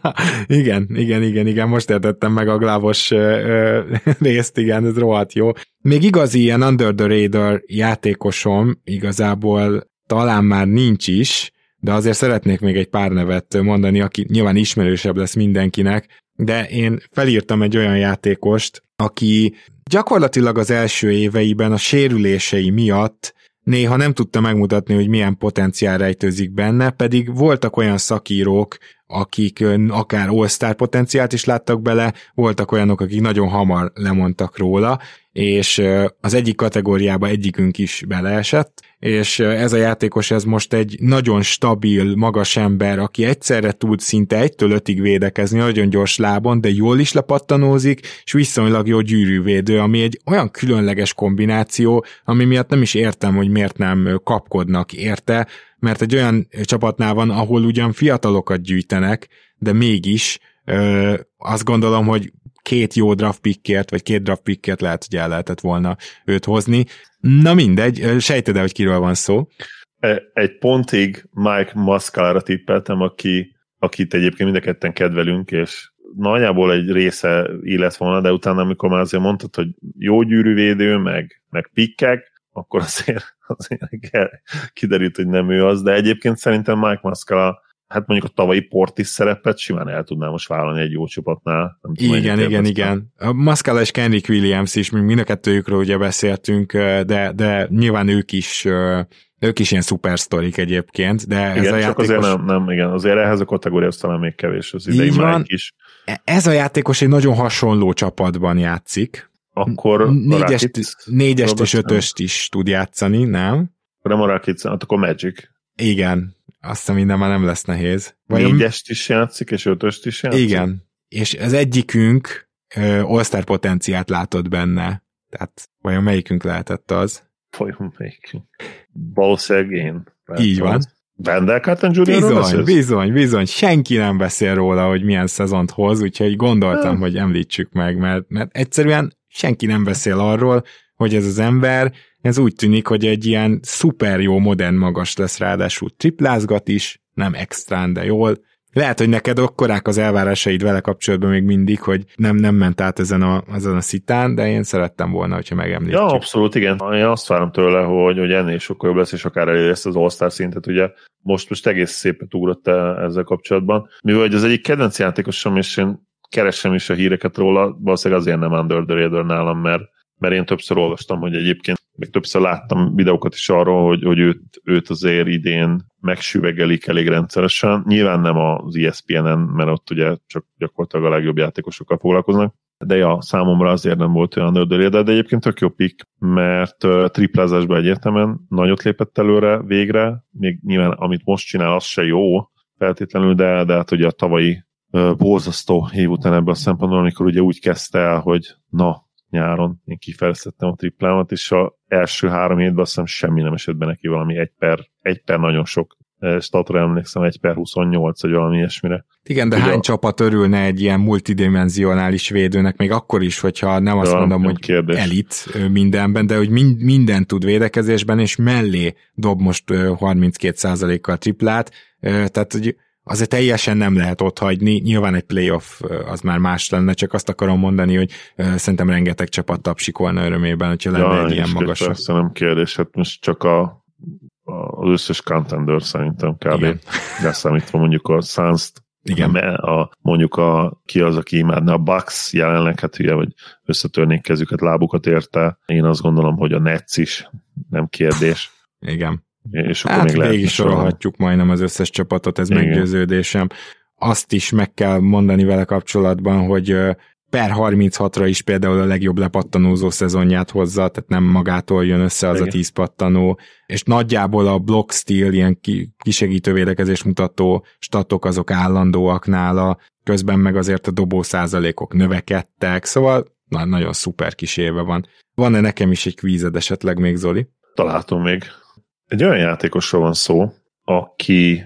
igen, igen, igen, igen, most értettem meg a glávos részt, igen, ez rohadt jó. Még igazi ilyen under the radar játékosom igazából talán már nincs is, de azért szeretnék még egy pár nevet mondani, aki nyilván ismerősebb lesz mindenkinek, de én felírtam egy olyan játékost, aki gyakorlatilag az első éveiben a sérülései miatt néha nem tudta megmutatni, hogy milyen potenciál rejtőzik benne, pedig voltak olyan szakírók, akik akár all-star potenciált is láttak bele, voltak olyanok, akik nagyon hamar lemondtak róla, és az egyik kategóriába egyikünk is beleesett, és ez a játékos ez most egy nagyon stabil, magas ember, aki egyszerre tud szinte egytől ötig védekezni, nagyon gyors lábon, de jól is lepattanózik, és viszonylag jó gyűrűvédő, ami egy olyan különleges kombináció, ami miatt nem is értem, hogy miért nem kapkodnak érte, mert egy olyan csapatnál van, ahol ugyan fiatalokat gyűjtenek, de mégis ö, azt gondolom, hogy két jó draft pickért, vagy két draft pickért lehet, hogy el lehetett volna őt hozni. Na mindegy, sejted-e, hogy kiről van szó? Egy pontig Mike Muscala-ra tippeltem, aki, akit egyébként mind a ketten kedvelünk, és nagyjából egy része illet volna, de utána, amikor már azért mondtad, hogy jó gyűrűvédő, meg, meg pikkek, akkor azért, azért kiderült, hogy nem ő az, de egyébként szerintem Mike Muscala, hát mondjuk a tavalyi Portis szerepet simán el tudná most vállalni egy jó csapatnál. Nem igen, tudom, igen, igen. A Muscala és Kendrick Williams is, mind a kettőjükről ugye beszéltünk, de, de nyilván ők is ők is ilyen szupersztorik egyébként, de igen, ez a játékos... azért nem, nem, igen, azért ehhez a kategóriához talán még kevés az idei Mike is. Ez a játékos egy nagyon hasonló csapatban játszik. Akkor négyest, négyest és ötöst is tud játszani, nem? Nem a Rakic, hát akkor Magic. Igen, azt hiszem minden már nem lesz nehéz. Vajon... Négyest is játszik, és ötöst is játszik? Igen, és az egyikünk uh, all-star potenciát látott benne. Tehát vajon melyikünk lehetett az? Vajon melyikünk? Valószínűleg én. Így van. Wendell Carter junior Bizony, bizony, bizony. Senki nem beszél róla, hogy milyen szezont hoz, úgyhogy gondoltam, hmm. hogy említsük meg, mert, mert egyszerűen senki nem beszél arról, hogy ez az ember, ez úgy tűnik, hogy egy ilyen szuper jó modern magas lesz, ráadásul triplázgat is, nem extrán, de jól. Lehet, hogy neked akkorák az elvárásaid vele kapcsolatban még mindig, hogy nem, nem ment át ezen a, ezen a szitán, de én szerettem volna, hogyha megemlítjük. Ja, abszolút, igen. Én azt várom tőle, hogy, hogy ennél sokkal jobb lesz, és akár elér ezt az All-Star szintet, ugye most, most egész szépen ugrott ezzel kapcsolatban. Mivel hogy az egyik kedvenc játékosom, és én keresem is a híreket róla, valószínűleg azért nem under the radar nálam, mert, mert én többször olvastam, hogy egyébként még többször láttam videókat is arról, hogy, hogy őt, őt azért idén megsüvegelik elég rendszeresen. Nyilván nem az E S P N-en, mert ott ugye csak gyakorlatilag a legjobb játékosokkal foglalkoznak, de ja, számomra azért nem volt olyan under the radar, de egyébként tök jó pick, mert uh, triplázásban egyértelműen nagyot lépett előre végre, még nyilván amit most csinál, az se jó feltétlenül, de, de hát ugye a tavalyi uh, borzasztó év után ebből a szempontból, amikor ugye úgy kezdte el, hogy na, nyáron én kifejlesztettem a triplámat, és az első három évben azt hiszem semmi nem esett be neki, valami egy per, egy per nagyon sok statra emlékszem, egy per huszonnyolc, vagy valami ilyesmire. Igen, de ugye hány a... csapat örülne egy ilyen multidimensionális védőnek, még akkor is, hogyha nem azt ja, mondom, nem hogy kérdés. Elit mindenben, de hogy mind, minden tud védekezésben, és mellé dob most harminckét százalékkal triplát, tehát hogy azért teljesen nem lehet ott hagyni, nyilván egy playoff az már más lenne, csak azt akarom mondani, hogy uh, szerintem rengeteg csapat tapsikolna örömében, hogyha lenne ja, egy ilyen magas. Persze nem kérdés, hát most csak a, a, az összes contender szerintem kb. Leszámítva mondjuk a Suns-t, igen. A, mondjuk a, ki az, aki imádna a Bucks jelenleg, hát ugye, hogy összetörnék kezüket, lábukat érte. Én azt gondolom, hogy a Nets is, nem kérdés. Igen. És akkor hát még végig sorolhatjuk majdnem az összes csapatot, ez igen. Meggyőződésem. azt is meg kell mondani vele kapcsolatban, hogy per harminchatra is például a legjobb lepattanózó szezonját hozza, tehát nem magától jön össze az Igen. a tíz pattanó, és nagyjából a block steal, ilyen kisegítő védekezés mutató statok azok állandóak nála, közben meg azért a dobó százalékok növekedtek, szóval na, nagyon szuper kis éve van. Van-e nekem is egy kvízed esetleg még, Zoli? Találtunk még. Egy olyan játékosról van szó, aki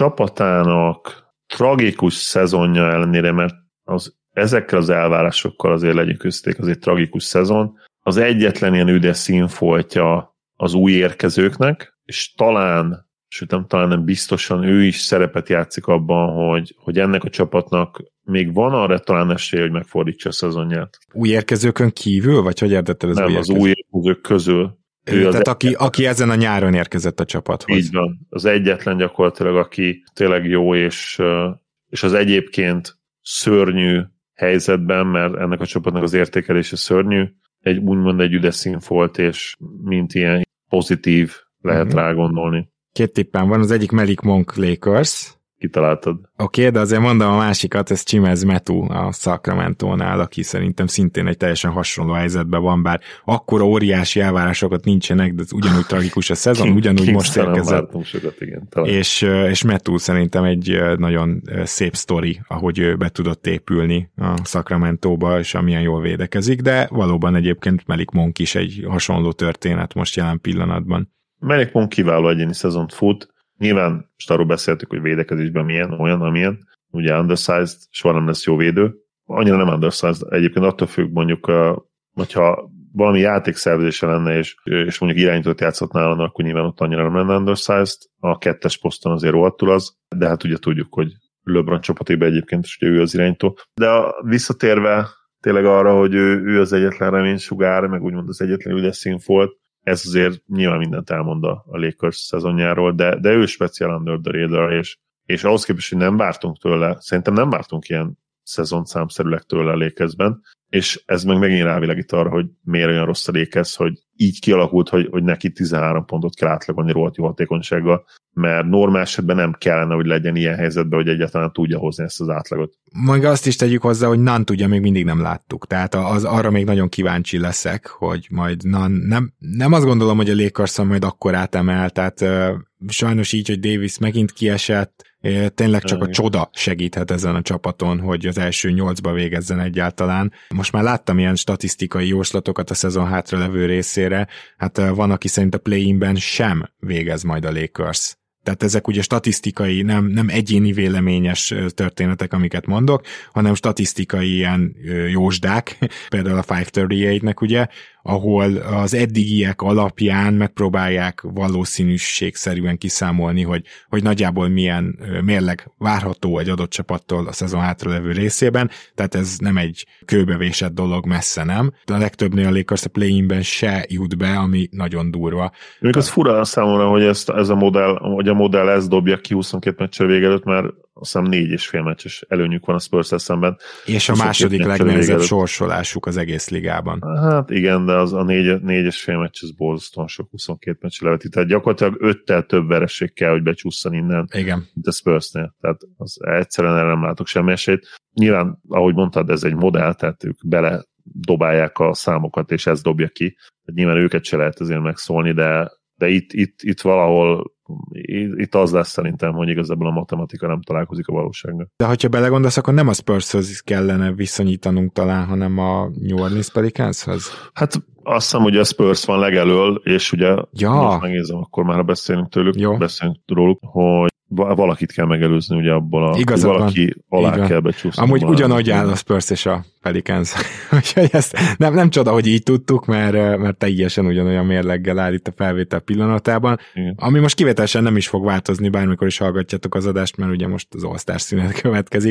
csapatának tragikus szezonja ellenére, mert az, ezekkel az elvárásokkal azért legyünk közték, az egy tragikus szezon, az egyetlen ilyen üdes színfoltja az új érkezőknek, és talán, sőt nem talán nem biztosan ő is szerepet játszik abban, hogy, hogy ennek a csapatnak még van arra talán esélye, hogy megfordítsa a szezonját. Új érkezőkön kívül, vagy hogy értetted az nem, új érkező? Az új érkezők közül. Ő Tehát az aki, egyetlen, aki ezen a nyáron érkezett a csapathoz. Így van. Az egyetlen gyakorlatilag, aki tényleg jó, és, és az egyébként szörnyű helyzetben, mert ennek a csapatnak az értékelése szörnyű, egy úgymond egy üdes színfolt, és mint ilyen pozitív lehet uh-huh. rá gondolni. Két tippem van, az egyik Malik Monk Lakers. Kitaláltad. Oké, okay, de azért mondom a másikat, ez Chimez Metu a Sacramento-nál, aki szerintem szintén egy teljesen hasonló helyzetben van, bár akkora óriási elvárásokat nincsenek, de ugyanúgy tragikus a szezon, King, ugyanúgy King most érkezett. Sokat, igen, és, és Metu szerintem egy nagyon szép sztori, ahogy ő be tudott épülni a Sacramento-ba, és amilyen jól védekezik, de valóban egyébként Malik Monk is egy hasonló történet most jelen pillanatban. Malik Monk kiváló egyéni szezont fut, nyilván most arról beszéltük, hogy védekezésben milyen, olyan, amilyen, ugye undersized, soha nem lesz jó védő. Annyira nem undersized, egyébként attól függ mondjuk, hogyha valami játékszervezése lenne, és, és mondjuk irányítót játszott nála, akkor nyilván ott annyira nem lenne undersized, a kettes poszton azért rohadtul az, de hát ugye tudjuk, hogy LeBron csapatében egyébként is ugye ő az irányító. De a, visszatérve tényleg arra, hogy ő, ő az egyetlen reménysugár, meg úgymond az egyetlen üdes színfolt, ez azért nyilván mindent elmond a Lakers szezonjáról, de, de ő speciál under the radar, és, és ahhoz képest, hogy nem vártunk tőle, szerintem nem vártunk ilyen szezonszámszerűleg tőle a Lakersben, és ez meg megint rávilágít arra, hogy miért olyan rossz a Lakers, hogy így kialakult, hogy, hogy neki tizenhárom pontot kell átlagolni rohadt jó hatékonysággal, mert normál esetben nem kellene, hogy legyen ilyen helyzetben, hogy egyáltalán tudja hozni ezt az átlagot. Majd azt is tegyük hozzá, hogy Nan tudja, még mindig nem láttuk, tehát az, arra még nagyon kíváncsi leszek, hogy majd Nan, nem, nem azt gondolom, hogy a Lakers-on majd akkor átemel, tehát uh, sajnos így, hogy Davis megint kiesett, tényleg csak a csoda segíthet ezen a csapaton, hogy az első nyolcba végezzen egyáltalán. Most már láttam ilyen statisztikai jóslatokat a szezon hátralevő részére, hát van, aki szerint a play-inben sem végez majd a Lakers. Tehát ezek ugye statisztikai, nem, nem egyéni véleményes történetek, amiket mondok, hanem statisztikai ilyen jósdák, például a ötszázharmincnyolcnak ugye, ahol az eddigiek alapján megpróbálják valószínűségszerűen kiszámolni, hogy, hogy nagyjából milyen mérleg várható egy adott csapattól a szezon hátralevő részében, tehát ez nem egy kőbevésett dolog, messze nem. De a legtöbbnél a Lakers a play-inben se jut be, ami nagyon durva. Még az fura számomra, hogy ezt, ez a modell, hogy a modell ezt dobja ki huszonkét meccsel vége előtt, mert azt hiszem négy és fél meccses előnyük van a Spurs-szel szemben. És a második legnehezebb sorsolásuk az egész ligában. Hát igen, de az a négy, négy és fél meccs az borzasztóan sok huszonkét meccs leveti. Tehát gyakorlatilag öttel több vereség kell, hogy becsúszson innen, igen, mint a Spursnél. Tehát az egyszerűen erre nem látok semmi esélyt. Nyilván, ahogy mondtad, ez egy modell, tehát ők bele dobálják a számokat, és ez dobja ki. Tehát nyilván őket se lehet azért megszólni, de, de itt, itt, itt valahol itt az lesz szerintem, hogy igazából a matematika nem találkozik a valósággal. De ha belegondolsz, akkor nem a Spurshöz kellene viszonyítanunk talán, hanem a New Orleans Pelicanshoz? Hát azt hiszem, hogy a Spurs van legelől, és ugye ja. most megnézem, akkor már beszélünk tőlük, Jó. beszélünk róluk, hogy valakit kell megelőzni ugye abból a, igazad valaki van. Alá kell becsúszni. Amúgy ugyanúgy áll a Spurs és a Pelicans. Úgyhogy ezt nem, nem csoda, hogy így tudtuk, mert, mert teljesen ugyanolyan mérleggel áll itt a felvétel pillanatában. Igen. Ami most kivételesen nem is fog változni, bármikor is hallgatjátok az adást, mert ugye most az All-Star szünet következik.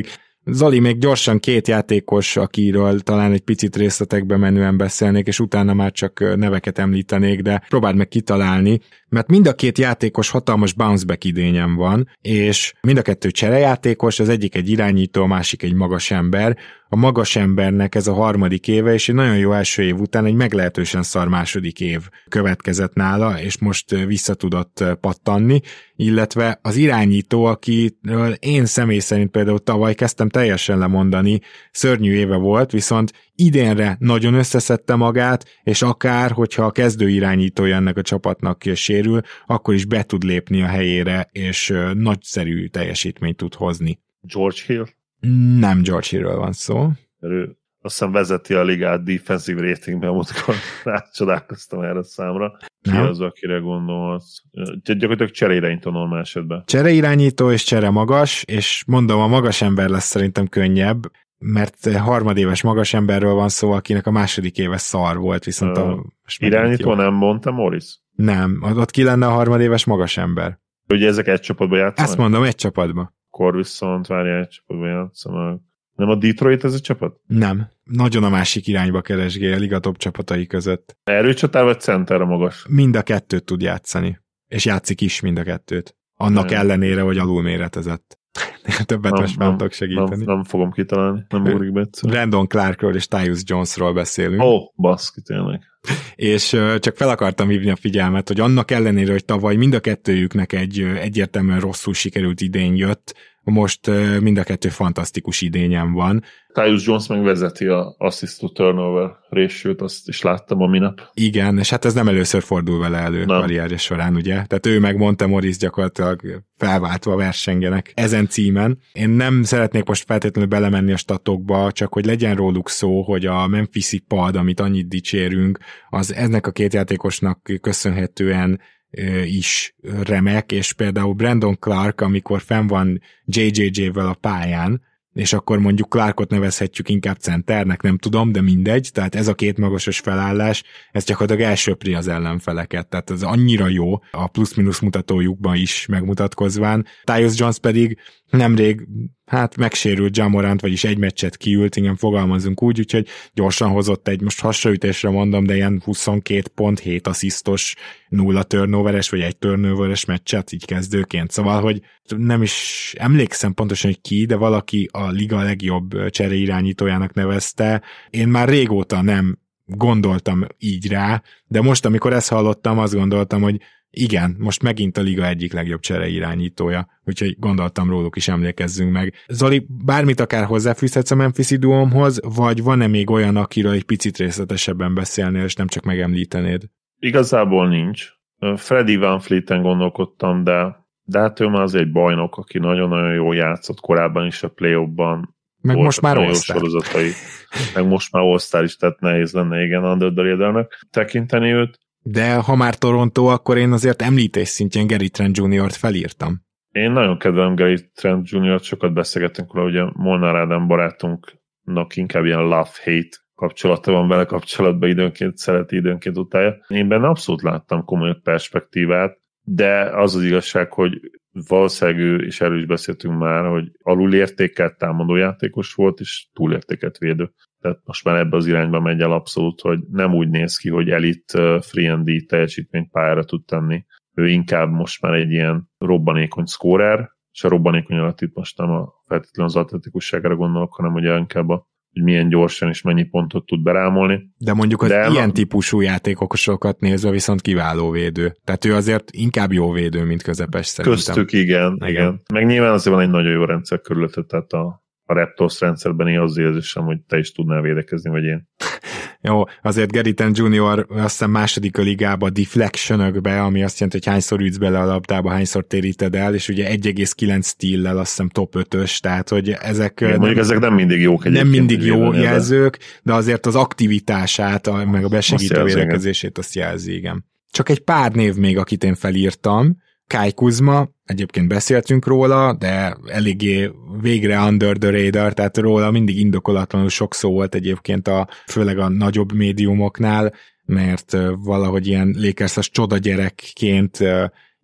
Zoli, még gyorsan két játékos, akiről talán egy picit részletekbe menően beszélnék, és utána már csak neveket említenék, de próbáld meg kitalálni, mert mind a két játékos hatalmas bounce-back idényen van, és mind a kettő cserejátékos, az egyik egy irányító, a másik egy magas ember. A magas embernek ez a harmadik éve, és egy nagyon jó első év után egy meglehetősen szar második év következett nála, és most vissza tudott pattanni, illetve az irányító, akiről én személy szerint például tavaly kezdtem teljesen lemondani, szörnyű éve volt, viszont idénre nagyon összeszedte magát, és akár, hogyha a kezdő irányítója ennek a csapatnak sérül, akkor is be tud lépni a helyére, és nagyszerű teljesítményt tud hozni. George Hill? Nem George Hillről van szó. Ő azt hiszem vezeti a ligát defensive ratingben, múltkor rácsodálkoztam erre a számra. Ki nem. az, akire gondolsz? Gyakorlatilag csereirányító normál esetben. Csereirányító és csere magas, és mondom, a magas ember lesz szerintem könnyebb, mert harmadéves magas emberről van szó, akinek a második éve szar volt, viszont uh, a... Irányító nem mondta Morris? Nem, ott ki lenne a harmadéves magas ember. Ugye ezek egy csapatban játszanak? Ezt mondom, egy csapatban. Akkor viszont várjál, egy csapatban játszanak. Nem a Detroit ez a csapat? Nem. Nagyon a másik irányba keresgél a liga top csapatai között. Erőcsatár vagy centerre magas? Mind a kettőt tud játszani. És játszik is mind a kettőt. Annak nem. ellenére, hogy alulméretezett. Többet nem, most már tudok segíteni. Nem, nem fogom kitalálni, nem úrik be egyszer. Brandon Clarkról és Tyus Jonesról beszélünk. Ó, oh, baszki, tényleg. És uh, csak fel akartam hívni a figyelmet, hogy annak ellenére, hogy tavaly mind a kettőjüknek egy uh, egyértelműen rosszul sikerült idény jött, most uh, mind a kettő fantasztikus idényen van. Tyus Jones meg vezeti a assist to turnover ratio-t, azt is láttam a minap. Igen, és hát ez nem először fordul vele elő nem. karrierje során, ugye? Tehát ő meg mondta, Morris gyakorlatilag felváltva versengenek ezen címen. Én nem szeretnék most feltétlenül belemenni a statokba, csak hogy legyen róluk szó, hogy a Memphis-i pad, amit annyit dicsérünk, az ennek a két játékosnak köszönhetően is remek, és például Brandon Clark, amikor fenn van jé jé jé-vel a pályán, és akkor mondjuk Clarkot nevezhetjük inkább centernek, nem tudom, de mindegy, tehát ez a két magasos felállás, ez gyakorlatilag elsöpri az ellenfeleket, tehát ez annyira jó a plusz-minusz mutatójukban is megmutatkozván. Tyus Jones pedig nemrég hát megsérült Ja Morant, vagyis egy meccset kiült, igen, fogalmazunk úgy, úgyhogy gyorsan hozott egy, most hasraütésre mondom, de ilyen huszonkét pont hét asszisztos, nulla turnoveres, vagy egy turnoveres meccset így kezdőként. Szóval, hogy nem is emlékszem pontosan, hogy ki, de valaki a liga legjobb csereirányítójának nevezte. Én már régóta nem gondoltam így rá, de most, amikor ezt hallottam, azt gondoltam, hogy igen, most megint a liga egyik legjobb csereirányítója, úgyhogy gondoltam róluk is emlékezzünk meg. Zoli, bármit akár hozzáfűzhetsz a Memphis-i duómhoz, vagy van-e még olyan, akiről egy picit részletesebben beszélnél, és nem csak megemlítenéd? Igazából nincs. Freddie Van Fleeten gondolkodtam, de, de hát ő már az egy bajnok, aki nagyon-nagyon jól játszott korábban is a play-offban. Meg most már All-Star. Meg most már All-Star is, tehát nehéz lenne igen Under the Radar-nek tekinteni őt. De ha már Toronto, akkor én azért említés szintjén Gary Trent juniort felírtam. Én nagyon kedvelem Gary Trent juniort, sokat beszélgettünk róla, ugye Molnár Ádám barátunknak inkább ilyen love-hate kapcsolata van vele kapcsolatban, időnként szereti, időnként utálja. Én benne abszolút láttam komoly perspektívát, de az az igazság, hogy valószínűleg ő, és erről is beszéltünk már, hogy alulértékelt támadójátékos volt, és túlértékelt védő. Tehát most már ebbe az irányba megy el abszolút, hogy nem úgy néz ki, hogy elit free and D teljesítményt pályára tud tenni. Ő inkább most már egy ilyen robbanékony scorer, és a robbanékony alatt itt most nem a feltétlenül az atletikusságra gondolok, hanem ugye inkább a, hogy milyen gyorsan és mennyi pontot tud berámolni. De mondjuk az De ilyen ma... típusú játékosokat nézve viszont kiváló védő. Tehát ő azért inkább jó védő, mint közepes szerintem. Köztük igen, igen. igen. Meg nyilván azért van egy nagyon jó rendszer körülötted, tehát a a Raptors rendszerben én az érzésem, hogy te is tudnál védekezni, vagy én. Jó, azért Gary Trent junior azt hiszem második a ligába deflectionökbe, ami azt jelenti, hogy hányszor ütsz bele a labdába, hányszor téríted el, és ugye egy egész kilenc steal-lel azt hiszem top ötös, tehát hogy ezek... Igen, mondjuk ezek nem mindig jók egyébként. Nem mindig jó jelzők, de azért az aktivitását, meg a besegítő védekezését azt jelzi, igen. Csak egy pár név még, akit én felírtam. Kyle Kuzma, egyébként beszéltünk róla, de eléggé végre under the radar, tehát róla mindig indokolatlanul sok szó volt egyébként, a, főleg a nagyobb médiumoknál, mert valahogy ilyen Lakers-as csoda gyerekként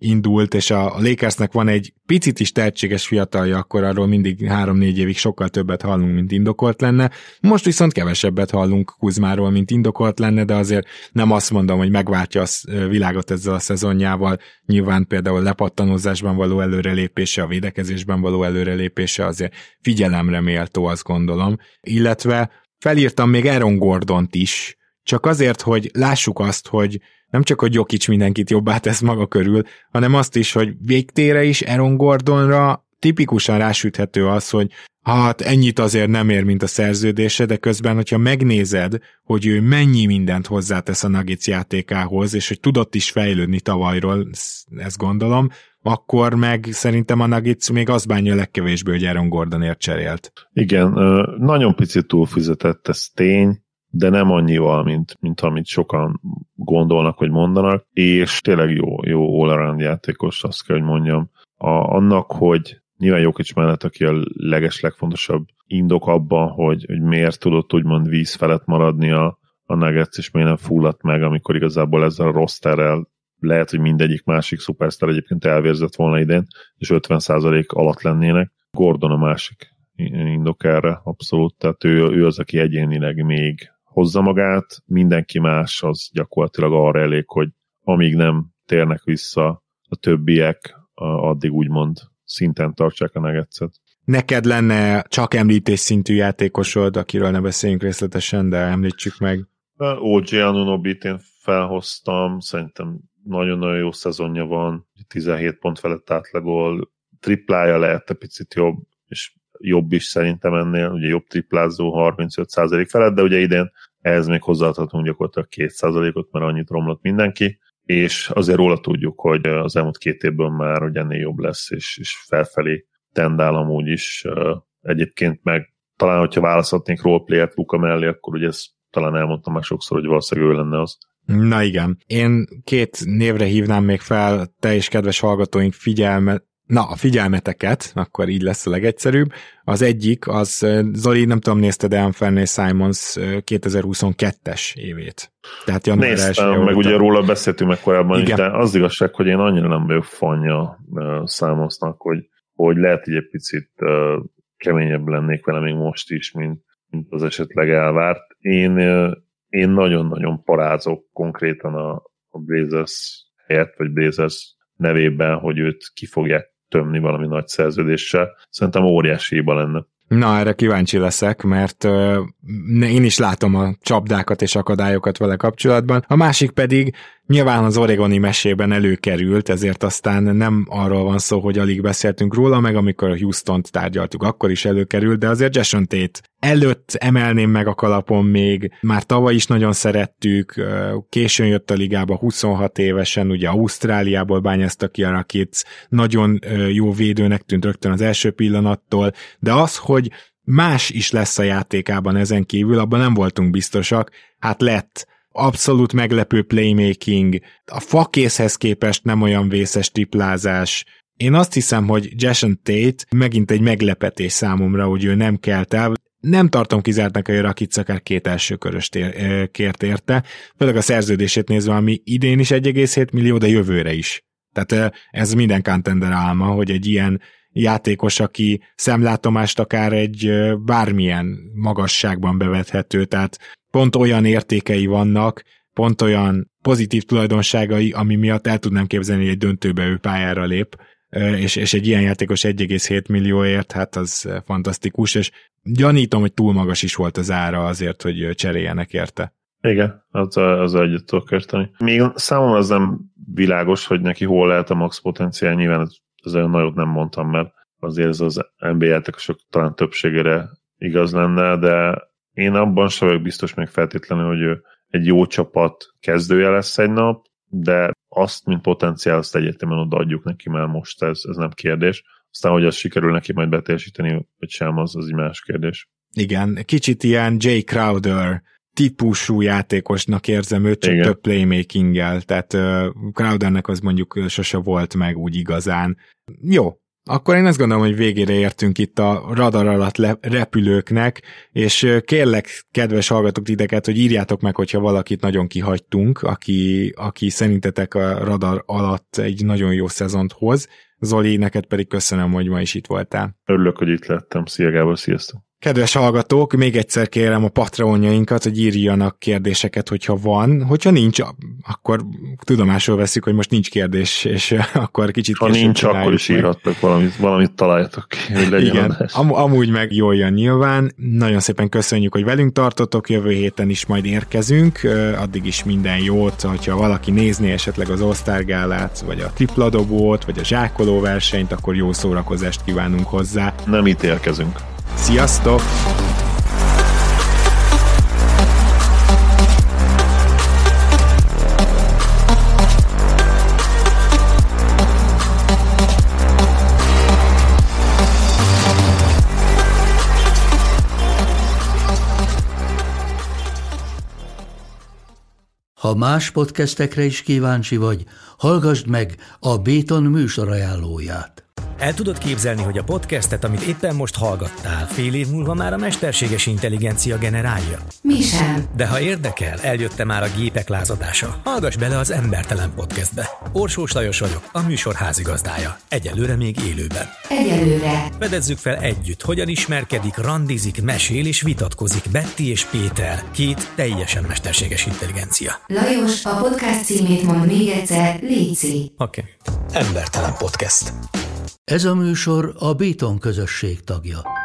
indult, és a Lakersnek van egy picit is tehetséges fiatalja, akkor arról mindig három-négy évig sokkal többet hallunk, mint indokolt lenne. Most viszont kevesebbet hallunk Kuzmáról, mint indokolt lenne, de azért nem azt mondom, hogy megváltja a világot ezzel a szezonjával. Nyilván például lepattanózásban való előrelépése, a védekezésben való előrelépése azért figyelemre méltó, azt gondolom. Illetve felírtam még Aaron Gordont is, csak azért, hogy lássuk azt, hogy nem csak, hogy Jokic mindenkit jobbá tesz maga körül, hanem azt is, hogy végtére is Aaron Gordonra tipikusan rásüthető az, hogy hát ennyit azért nem ér, mint a szerződése, de közben, hogyha megnézed, hogy ő mennyi mindent hozzátesz a Nuggets játékához, és hogy tudott is fejlődni tavalyról, ezt gondolom, akkor meg szerintem a Nuggets még azt bánja legkevésbé, hogy Aaron Gordonért cserélt. Igen, nagyon picit túlfizetett, ez tény, de nem annyival, mint, mint amit sokan gondolnak, hogy mondanak, és tényleg jó, jó all-around játékos, azt kell, hogy mondjam. A, annak, hogy nyilván Jokic mellett, aki a leges legfontosabb indok abban, hogy, hogy miért tudott úgymond víz felett maradni a, a Nuggets, és miért nem fulladt meg, amikor igazából ezzel a rosterrel lehet, hogy mindegyik másik szupersztár egyébként elvérzett volna idén, és ötven százalék alatt lennének. Gordon a másik indok erre, abszolút. Tehát ő, ő az, aki egyénileg még hozza magát, mindenki más az gyakorlatilag arra elég, hogy amíg nem térnek vissza a többiek, addig úgymond szinten tartsák a Nuggetset. Neked lenne csak említés szintű játékosod, akiről ne beszéljünk részletesen, de említsük meg. o gé Anunobit én felhoztam, szerintem nagyon-nagyon jó szezonja van, tizenhét pont felett átlagol, triplája lehet egy picit jobb, és jobb is szerintem ennél, ugye jobb triplázó harmincöt százalék felett, de ugye idén ehhez még hozzáadhatunk gyakorlatilag két százalékot, mert annyit romlott mindenki, és azért róla tudjuk, hogy az elmúlt két évből már hogy ennél jobb lesz, és, és felfelé tendál amúgy is. Egyébként meg talán, hogyha választhatnék roleplayert Luka mellé, akkor ugye ezt talán elmondtam már sokszor, hogy valószínűleg ő lenne az. Na igen. Én két névre hívnám még fel, te és kedves hallgatóink figyelmet, na, a figyelmeteket, akkor így lesz a legegyszerűbb. Az egyik, az Zoli, nem tudom, nézted Anthony Simons kétezer-huszonkettes évét. Tehát január Néztem, meg óta. Ugye róla beszéltünk meg korábban is, de az igazság, hogy én annyira nem vagyok fanja uh, Simonsnak, hogy, hogy lehet, hogy egy picit uh, keményebb lennék vele még most is, mint, mint az esetleg elvárt. Én, uh, én nagyon-nagyon parázok konkrétan a, a Blazers helyett, vagy Blazers nevében, hogy őt ki fogják tömni valami nagy szerződéssel. Szerintem óriási hiba lenne. Na, erre kíváncsi leszek, mert uh, én is látom a csapdákat és akadályokat vele kapcsolatban. A másik pedig nyilván az oregoni mesében előkerült, ezért aztán nem arról van szó, hogy alig beszéltünk róla, meg amikor a Houstont tárgyaltuk, akkor is előkerült, de azért Jason Tate előtt emelném meg a kalapon még, már tavaly is nagyon szerettük, későn jött a ligába huszonhat évesen, ugye Ausztráliából bányázta ki a Rockets, nagyon jó védőnek tűnt rögtön az első pillanattól, de az, hogy más is lesz a játékában ezen kívül, abban nem voltunk biztosak, hát lett. Abszolút meglepő playmaking, a fakészhez képest nem olyan vészes triplázás. Én azt hiszem, hogy Jason Tate megint egy meglepetés számomra, hogy ő nem kelt el. Nem tartom kizártnak, hogy a Rockets akár két elsőköröst ér, kért érte, főleg a szerződését nézve, ami idén is egy egész hét millió, de jövőre is. Tehát ez minden contender álma, hogy egy ilyen játékos, aki szemlátomást akár egy bármilyen magasságban bevethető, tehát pont olyan értékei vannak, pont olyan pozitív tulajdonságai, ami miatt el tudnám képzelni, hogy egy döntőbe ő pályára lép, és, és egy ilyen játékos egy egész hét millióért, hát az fantasztikus, és gyanítom, hogy túl magas is volt az ára azért, hogy cseréljenek érte. Igen, az, az egyet tudok érteni. Még számomra az nem világos, hogy neki hol lehet a max potenciál, nyilván az olyan nagyot nem mondtam, mert azért ez az en bé á játékosok talán többségére igaz lenne, de én abban sem vagyok biztos még feltétlenül, hogy ő egy jó csapat kezdője lesz egy nap, de azt, mint potenciál, azt egyértelműen odaadjuk neki már most, ez, ez nem kérdés. Aztán, hogy az sikerül neki majd beteljesíteni, vagy sem, az, az egy más kérdés. Igen, kicsit ilyen Jay Crowder típusú játékosnak érzem őt, csak igen, több playmaking-gel, tehát uh, Crowdernek az mondjuk sose volt meg úgy igazán. Jó, Akkor én azt gondolom, hogy végére értünk itt a radar alatt le- repülőknek, és kérlek, kedves hallgatók titeket, hogy írjátok meg, hogyha valakit nagyon kihagytunk, aki, aki szerintetek a radar alatt egy nagyon jó szezont hoz. Zoli, neked pedig köszönöm, hogy ma is itt voltál. Örülök, hogy itt lettem. Szia Gábor, sziasztok! Kedves hallgatók, még egyszer kérem a Patreonjainkat, hogy írjanak kérdéseket, hogyha van. Hogyha nincs, akkor tudomásul veszük, hogy most nincs kérdés, és akkor kicsit ha nincs, akkor is írhattak valamit, valamit találjatok ki, hogy legyen. Igen, am- amúgy meg jól jön nyilván. Nagyon szépen köszönjük, hogy velünk tartotok, jövő héten is majd érkezünk, addig is minden jót, hogyha valaki nézné esetleg az All-Star gálát, vagy a tripla dobót, vagy a zsákoló versenyt, akkor jó szórakozást kívánunk hozzá. Nem ítélkezünk. Sziasztok! Ha más podcastekre is kíváncsi vagy, hallgassd meg a Béton műsor ajánlóját. El tudod képzelni, hogy a podcastet, amit éppen most hallgattál, fél év múlva már a mesterséges intelligencia generálja? Mi sem. De ha érdekel, eljött már a gépek lázadása. Hallgass bele az Embertelen Podcastbe. Orsós Lajos vagyok, a műsor házigazdája. Egyelőre még élőben. Egyelőre. Fedezzük fel együtt, hogyan ismerkedik, randizik, mesél és vitatkozik Betty és Péter, két teljesen mesterséges intelligencia. Lajos, a podcast címét mond még egyszer, léci. Oké. Okay. Embertelen Podcast. Ez a műsor a Béton közösség tagja.